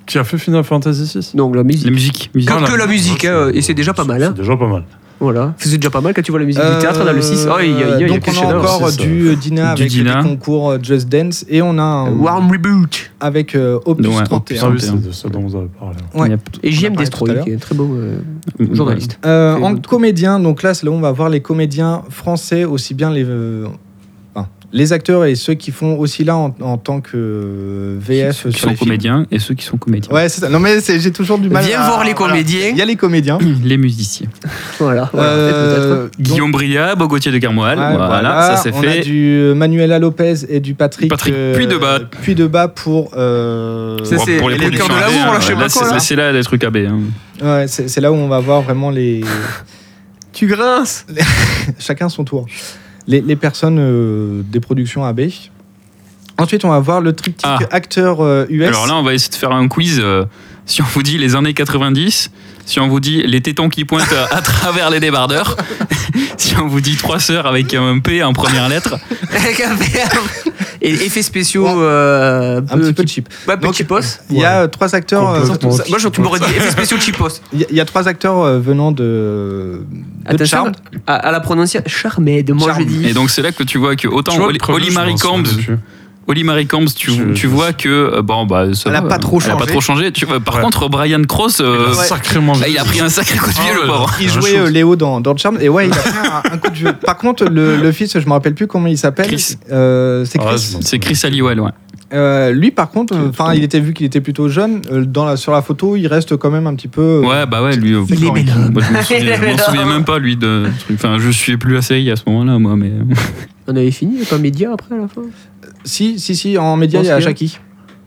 Qui a fait Final Fantasy six? Donc la musique. La musique. musique. Que, Voilà. que la musique, Ouais, hein, c'est- et c'est déjà pas mal. Hein. C'est déjà pas mal. Voilà. C'est déjà pas mal quand tu vois la musique du théâtre dans le six. Oh, il y a, il y a, il y a donc que on a chef-d'œuvre. encore c'est ça. du Dina Du avec Dina. des concours euh, Just Dance et on a un Warm Reboot. avec euh, Opus Ouais, trente et un. Ah oui, trente et un. c'est de ça dont vous avez parlé. Ouais. Il y a- Et On J a M parlé tout à Destroy, l'heure. qui est un très bon euh, journaliste. Euh, Fait en bon. comédien, donc là, c'est là où on va voir les comédiens français, aussi bien les, euh, enfin, les acteurs et ceux qui font aussi là en, en tant que euh, V F Ceux qui sur les sont films. comédiens et ceux qui sont comédiens. Ouais, c'est ça. Non, mais c'est- j'ai toujours du mal. Viens à- voir les voilà. comédiens. Il y a les comédiens. Les musiciens. Voilà. voilà, Euh, peut-être. Guillaume Briat, Bogotier de Carmoal. Ouais, voilà, ça c'est on fait. a du Manuela Lopez et du Patrick. Patrick Puydebas. Puydebas pour. Euh, Ça, c'est- Pour les les productions cœurs de A B, l'amour, hein, là, je sais là, pas quoi, c'est- là. C'est là les trucs A B. hein. Ouais, c'est c'est là où on va voir vraiment les. Tu grinces. Chacun son tour. Les, les personnes euh, des productions A B. Ensuite, on va voir le triptyque Ah. acteur euh, U S. Alors là, on va essayer de faire un quiz. euh, si on vous dit les années quatre-vingt-dix, si on vous dit les tétons qui pointent à, à travers les débardeurs, si on vous dit trois sœurs avec un P en première lettre, Avec un verre. Et effets spéciaux. Bon. euh, un petit peu cheap. Ouais, Donc, petit poste. Il y a euh, trois acteurs. euh, Complètement. Ça- Moi, je tu m'aurais dit effets spéciaux cheapos. Il y a- il y a trois acteurs euh, venant de, de Attention Charmed. à, à la prononciation. Charmed, moi Charmed. je dis. et donc c'est là que tu vois que autant Tu vois, Oli, le prévu, Oli je Marie m'en Combs, souviens plus. Oli Marie Combs, tu, Je- tu je- vois que euh, bon bah ça Elle a va, pas trop Elle a pas changé. trop changé. Tu vois, par Ouais. contre Brian Cross, euh, Il a sacrément. là, il a pris un sacré coup de pied Ah le ouais, pauvre. Il C'est jouait un euh, shoot. Léo dans, dans Charmed et ouais, il a pris un, un coup de vieux. Par contre, le, le fils, je me rappelle plus comment il s'appelle. Chris. Euh, c'est Ah, Chris. c'est bon. C'est Chris Halliwell, ouais. Euh, lui, par contre, enfin, il était vu qu'il était plutôt jeune. euh, dans la, sur la photo, il reste quand même un petit peu. euh, Ouais, bah ouais, lui. euh, Il est moi, bel je homme. me souviens, Il est je m'en bel souviens homme. même pas lui de truc. Enfin, je suis plus la série à ce moment-là, moi, mais. On avait fini, il n'y a pas média après à la fin. Si, si, si, en média, il y a Pense que- Jackie.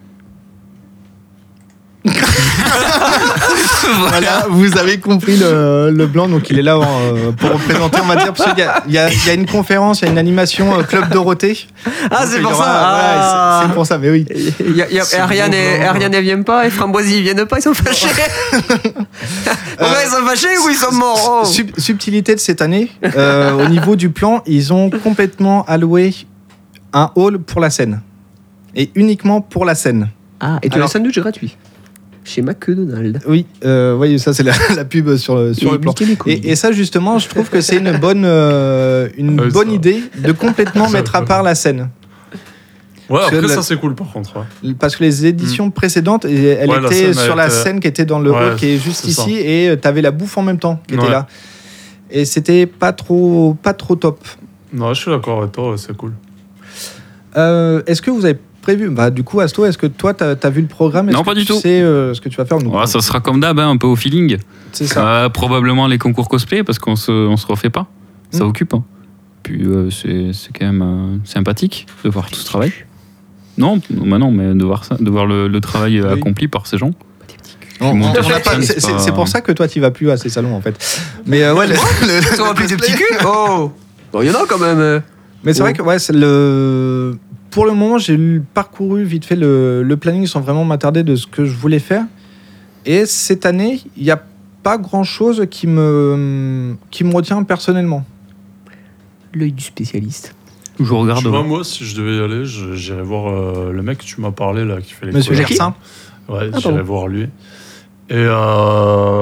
Voilà, vous avez compris le, le blanc, donc il est là euh, pour représenter, on va dire, parce qu'il y a, il y, a, il y a une conférence, il y a une animation euh, Club Dorothée. Ah, Donc, c'est il y pour aura- ça. voilà, Ah. c'est- c'est pour ça, mais oui. Il y a, il y a- C'est Ariane, bon et, blanc. Ariane ne vient pas et Framboisi ils viennent pas, ils sont fâchés. Pourquoi ils sont fâchés ou ils sont morts? Oh. Sub- subtilité de cette année, euh, au niveau du plan, ils ont complètement alloué un hall pour la scène. Et uniquement pour la scène. Ah, et tu as Alors- un sandwich gratuit chez McDonald's. Oui, euh, oui, ça c'est la, la pub sur le, sur Et le plan. Mickey les couilles. Et, et ça justement, je trouve que c'est une bonne, euh, une Ah oui, bonne ça. idée de complètement Ça, mettre à ça. part la scène. Ouais, Parce que après la- ça c'est cool par contre. ouais. Parce que les éditions précédentes, et- elle Ouais, la était scène, sur elle la était- scène qui était dans le Ouais, hall qui est juste c'est ça. ici et tu avais la bouffe en même temps qui était Ouais. là. Et c'était pas trop, pas trop top. Non, je suis d'accord avec toi, ouais, c'est cool. Euh, est-ce que vous avez prévu, bah, du coup, Asto, est-ce que toi, tu as vu le programme? Est-ce Non, que pas du tu tout. sais euh, ce que tu vas faire? Donc, Ouais, ça sera comme d'hab, hein, un peu au feeling. c'est ça. Euh, probablement les concours cosplay parce qu'on se, on se refait pas. Ça Mm. occupe. hein. Puis euh, c'est, c'est quand même euh, sympathique de voir tout ce travail. Non, non, bah non, mais de voir ça, de voir le, le travail euh, Oui. accompli par ces gens. On- monte on sur a la pas- scène, c'est c'est c'est- pas- c'est pour ça que toi, tu vas plus à ces salons, en fait. Mais euh, ouais, le- le- Ils sont le remplis de cosplay- petits culs. Oh, bon, il y en a quand même. euh. Mais c'est Oh. vrai que ouais, c'est le... pour le moment, j'ai lu- parcouru vite fait le, le planning sans vraiment m'attarder de ce que je voulais faire. Et cette année, il n'y a pas grand-chose qui me, qui me retient personnellement. L'œil du spécialiste. Je regarde. Tu vois, moi, si je devais y aller, je- j'irais voir euh, le mec que tu m'as parlé là, qui fait les Monsieur couleurs. Gersin. Ouais, Ah, j'irai pardon. voir lui. Et euh,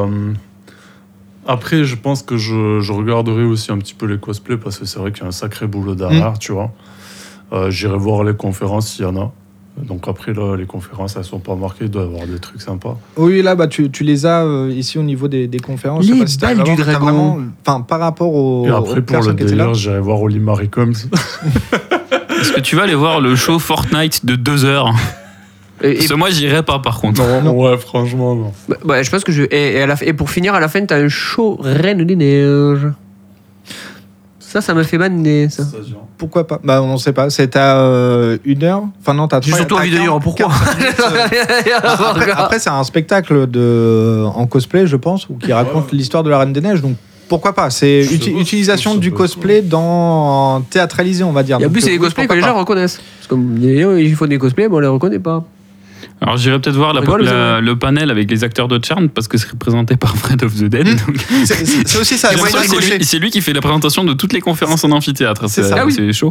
après, je pense que je, je regarderai aussi un petit peu les cosplays parce que c'est vrai qu'il y a un sacré boulot derrière, Mm. tu vois. Euh, j'irai voir les conférences s'il y en a. Donc après, là, les conférences, elles sont pas marquées, il doit y avoir des trucs sympas. Oui, là, bah, tu, tu les as euh, ici au niveau des, des conférences. Je sais Les pas si t'as balles vraiment- du t'as dragon. vraiment- Enfin, par rapport aux, Et après, aux pour le personnes qui étaient là. délire, j'irai voir Oli Marie Combs. Est-ce que tu vas aller voir le show Fortnite de deux heures? Et, et- Parce que moi, j'irai pas par contre. non, ouais, franchement, non. bah, bah, je pense que je. Et, et à la, et pour finir, à la fin, t'as un show Reine des Neiges. Ça, ça me fait bander, ça. Pourquoi pas? Bah, on sait pas. C'est à euh, une heure. Enfin, non, t'as J'ai trois- surtout t'as envie de dire quarante- pourquoi. quarante minutes, euh, Bah, après, après, c'est un spectacle de, en cosplay, je pense, ou qui raconte Ouais. l'histoire de la Reine des Neiges. Donc, pourquoi pas? C'est Je sais uti- pas, utilisation ça du peut cosplay dans théâtralisé, on va dire. Et en Donc, plus, c'est euh, des oui, cosplays que pourquoi les pas. gens reconnaissent. Parce que comme ils font des cosplays, mais on les reconnaît pas. Alors j'irai peut-être voir la- Rigole, vous la- avez- le panel avec les acteurs de Charmed parce que c'est représenté par Fred of the Dead. Hmm. donc- C'est- C'est c'est aussi ça. J'ai c'est l'impression que c'est ricoché. lui, c'est lui qui fait la présentation de toutes les conférences en amphithéâtre. C'est C'est ça. Ah oui. c'est chaud.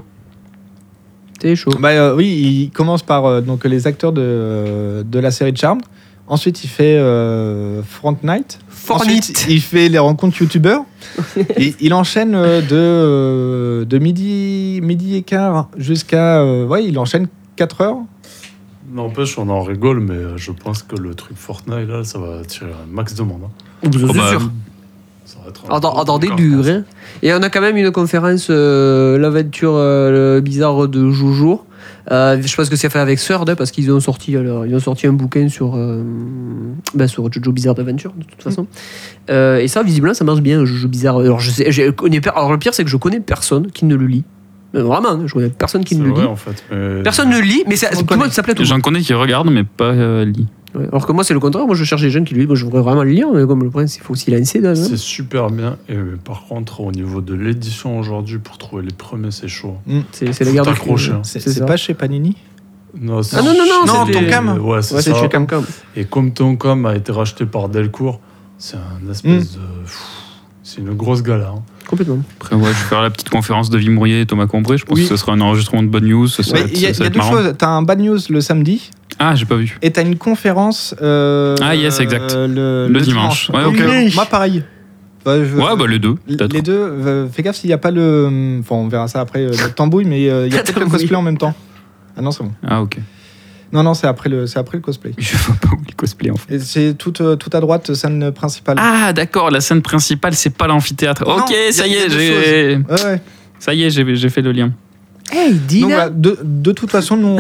C'est chaud. Bah, euh, oui, il commence par euh, donc, les acteurs de, de la série de Charmed. Ensuite, il fait euh, Fortnite. Fortnite. Ensuite, il fait les rencontres youtubeurs. Et il enchaîne euh, de, euh, de midi, midi et quart jusqu'à. Euh, ouais, il enchaîne quatre heures. N'empêche, on en rigole, mais euh, je pense que le truc Fortnite, là, ça va attirer un max de monde. Hein. C'est Oh, bah, sûr. Ça va être un Attends, gros attends, des truc en durs, France. hein. Et on a quand même une conférence, euh, l'aventure euh, bizarre de Jojo. Euh, je pense que c'est fait avec Third, hein, parce qu'ils ont sorti, alors, ils ont sorti un bouquin sur, euh, ben, sur Jojo Bizarre Adventure, de toute façon. Euh, et ça, visiblement, ça marche bien, Jojo Bizarre. Alors, je sais, je connais per- alors le pire, c'est que je connais personne qui ne le lit. Mais vraiment, hein, je connais personne qui C'est ne le vrai, lit. en fait. Mais... Personne ne le lit, mais c'est, On tout le connaît. monde s'appelait tout le monde. J'en connais qui regardent, mais pas euh, lit. Ouais. Alors que moi, c'est le contraire. Moi, je cherche des jeunes qui le lisent. Moi, je voudrais vraiment le lire, mais comme le prince, il faut aussi lancer. Là, hein. C'est super bien. Et euh, par contre, au niveau de l'édition aujourd'hui, pour trouver les premiers, c'est chaud. C'est, c'est la Faut guerre de t'accrocher, hein. C'est, C'est c'est ça. pas chez Panini. Non, c'est Ah non, non, non, Non, c'était- Tonkam. Ouais, c'est Ouais, c'est ça. chez Camcom. Et comme Tonkam a été racheté par Delcourt, c'est un espèce de. pff, C'est une grosse galère. hein. Complètement. Après, ouais, je vais faire la petite conférence de Vimourier et Thomas Combré. Je pense Oui. que ce sera un enregistrement de bonne news. Ça, ça Mais va être, il y a, ça il y va a être deux marrant. choses. T'as un bad news le samedi Ah, j'ai pas vu. et t'as une conférence. euh, Ah, yes, exact. Le, Le dimanche. Ouais, Donc, ok. euh, moi, pareil. Bah, je- Ouais, bah les deux, Les peut-être. deux, euh, fais gaffe s'il n'y a pas le. Enfin, on verra ça après, euh, le tambouille, mais euh, il y a La peut-être le tambouille. cosplay en même temps. Ah non, c'est bon. Ah, ok. Non, non, c'est après le, c'est après le cosplay. Je vois pas où le cosplay en fait. Et c'est tout, euh, tout à droite, scène principale. Ah, d'accord, la scène principale, c'est pas l'amphithéâtre. Non, Ok, y a- ça y y a est, deux j'ai. Ouais, ouais. Ça y est, j'ai j'ai fait le lien. Hey, Donc, Dina. voilà, de, de toute façon, nous, on, on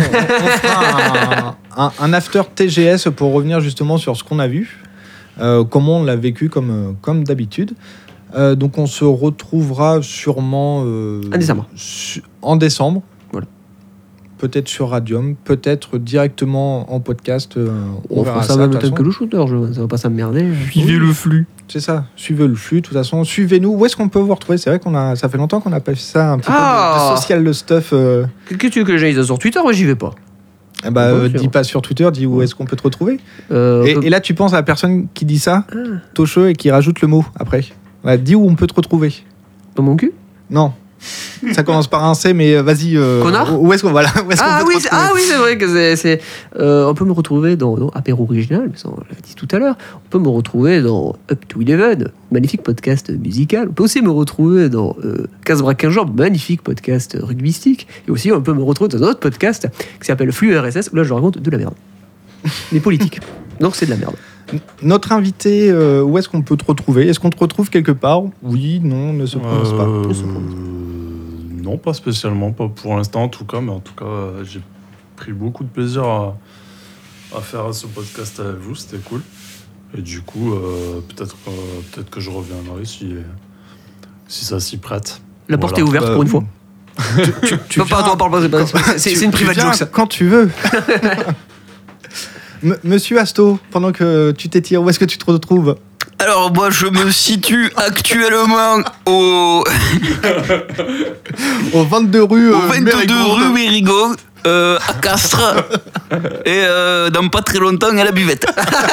fera un, un, un after T G S pour revenir justement sur ce qu'on a vu, euh, comment on l'a vécu comme, euh, comme d'habitude. Euh, donc, on se retrouvera sûrement euh, En décembre. su- en décembre. Voilà. Peut-être sur Radium, peut-être directement en podcast. euh, on, On verra fera ça ça. même de temps toute que façon. le shooter, je... ça va pas s'emmerder. Suivez le flux. C'est ça. Suivez le flux. De toute façon, suivez-nous. Où est-ce qu'on peut vous retrouver? C'est vrai qu'on a, ça fait longtemps qu'on n'a pas fait ça, un petit Ah. peu de, de social stuff. euh. Qu'est-ce que tu veux que les gens ils aient sur Twitter? Moi, j'y vais pas. Eh bah, On peut euh, faire. dis pas sur Twitter, dis où est-ce qu'on peut te retrouver. Euh, Et, on peut- et là, tu penses à la personne qui dit ça, Ah, Tocheux, et qui rajoute le mot après. Ouais, dis où on peut te retrouver. dans mon cul? Non. Ça commence par un C, mais euh, vas-y. euh, Connard Où est-ce qu'on voilà, où est-ce qu'on Ah peut oui, te c'est, retrouver ah oui, c'est vrai que c'est. c'est- euh, on peut me retrouver dans, dans Apéro Original, mais ça on l'a dit tout à l'heure. On peut me retrouver dans Up to Eleven, magnifique podcast musical. On peut aussi me retrouver dans euh, Casse-Bras quinze jours, magnifique podcast rugbystique. Et aussi, on peut me retrouver dans un autre podcast qui s'appelle Flux R S S, où là je raconte de la merde. Mais politique. Donc c'est de la merde. Notre invité, euh, où est-ce qu'on peut te retrouver? Est-ce qu'on te retrouve quelque part? Oui, non, ne se prononce pas. Euh, Ne se prononce pas. non, pas spécialement, pas pour l'instant en tout cas, mais en tout cas, euh, j'ai pris beaucoup de plaisir à, à faire ce podcast avec vous, c'était cool. Et du coup, euh, peut-être euh, peut-être que je reviendrai si, si ça s'y prête. La porte est Voilà. ouverte Bah, pour une fois. Tu, tu Non, pas, viens- attends, parle pas, c'est pas- c'est, c'est, tu- c'est une tu private viens joke ça. quand tu veux. M- Monsieur Asto, pendant que tu t'étires, où est-ce que tu te retrouves? Alors, moi, je me situe actuellement au, Au vingt-deux rue au euh, vingt-deux Mérigonde. rue Mérigon, euh, à Castres, et euh, dans pas très longtemps à la buvette.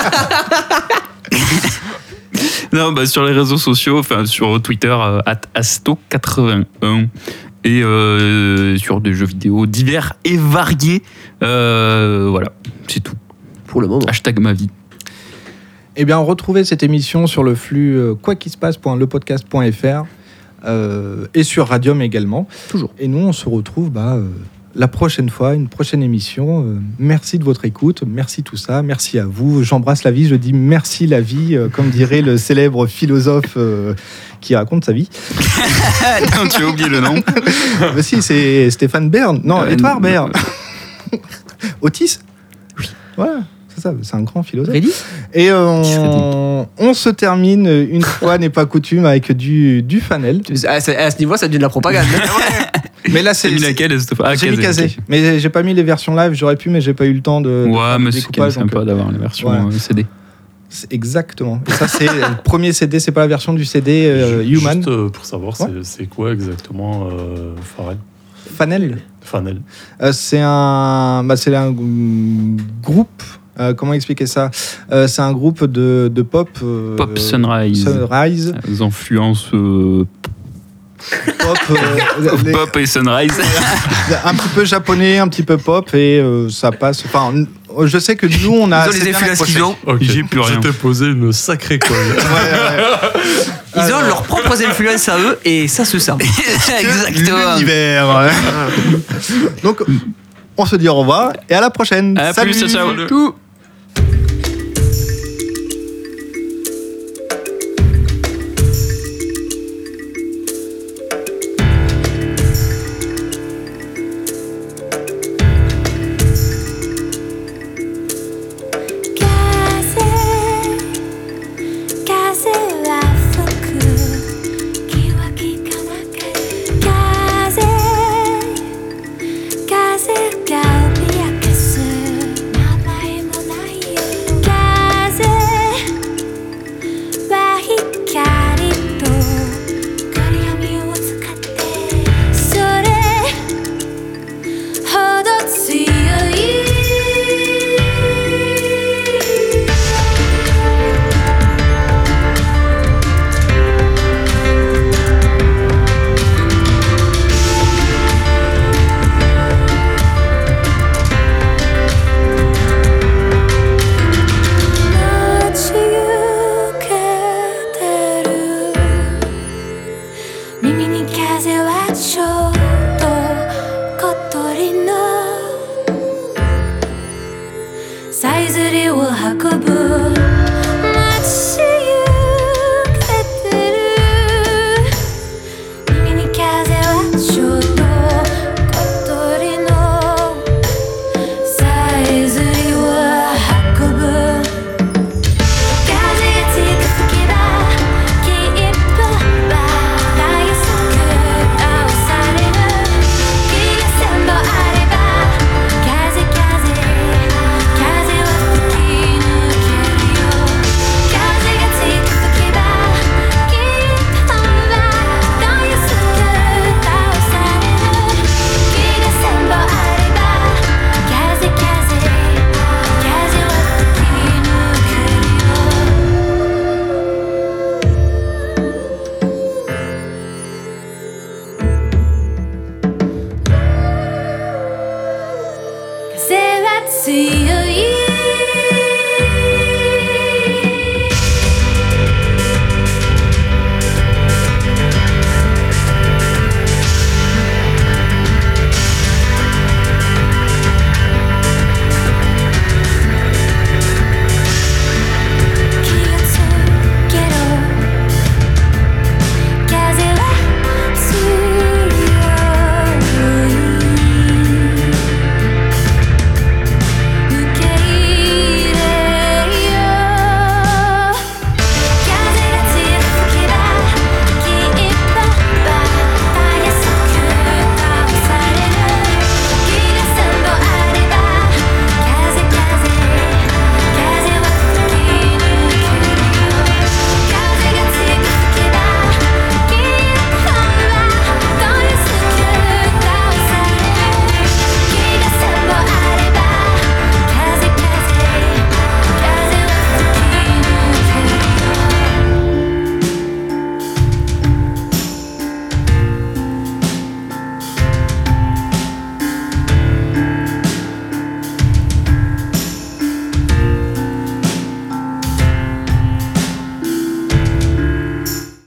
Non, bah, sur les réseaux sociaux, enfin sur Twitter, euh, at asto quatre-vingt-un, et euh, sur des jeux vidéo divers et variés. Euh, voilà, c'est tout. Pour le moment. Hashtag ma vie. Eh bien, retrouvez cette émission sur le flux euh, quoi qu'il se passe.lepodcast point f r euh, et sur Radium également. Toujours. Et nous, on se retrouve bah, euh, la prochaine fois, une prochaine émission. Euh, merci de votre écoute, merci tout ça, merci à vous. J'embrasse la vie, je dis merci la vie, euh, comme dirait le célèbre philosophe euh, qui raconte sa vie. Non, tu as oublié le nom. Bah si, c'est Stéphane Bern. Non, Euh, Édouard non. Bern. Otis. Oui. Voilà. C'est ça, c'est un grand philosophe. Ready? Et euh, on, on se termine, une fois n'est pas coutume, avec du, du Fanel. À ce, à ce niveau, ça devient de la propagande. Mais là, C'est c'est. mis laquelle ah, J'ai mis Kazé, Kazé. Mais j'ai pas mis les versions live, j'aurais pu, mais j'ai pas eu le temps de. de ok. faire Ouais, le mais c'est quand même découpage, donc, sympa euh, d'avoir les versions voilà. euh, C D. c'est exactement. Et ça, c'est le premier C D, c'est pas la version du C D euh, Ju- Human. Juste euh, pour savoir, Ouais. c'est- c'est quoi exactement euh, Pharrell Fanel. Fanel. Euh, c'est un, bah, c'est un g- groupe. euh, comment expliquer ça? Euh, C'est un groupe de, de pop. euh, Pop Sunrise. Sunrise. Les influences. euh, pop, euh, les- Pop et Sunrise. un petit peu japonais, un petit peu pop et euh, ça passe. Enfin, je sais que nous on a. Ils ont assez les bien influences accroché. qu'ils ont. Ok. J'ai plus rien. Je t'ai posé une sacrée colle. Ouais, ouais. Ils ont Alors. leurs propres influences à eux et ça se sent. Exactement. L'univers. Donc, on se dit au revoir et à la prochaine. À Salut. plus, ciao, ciao. Tout. 風は強い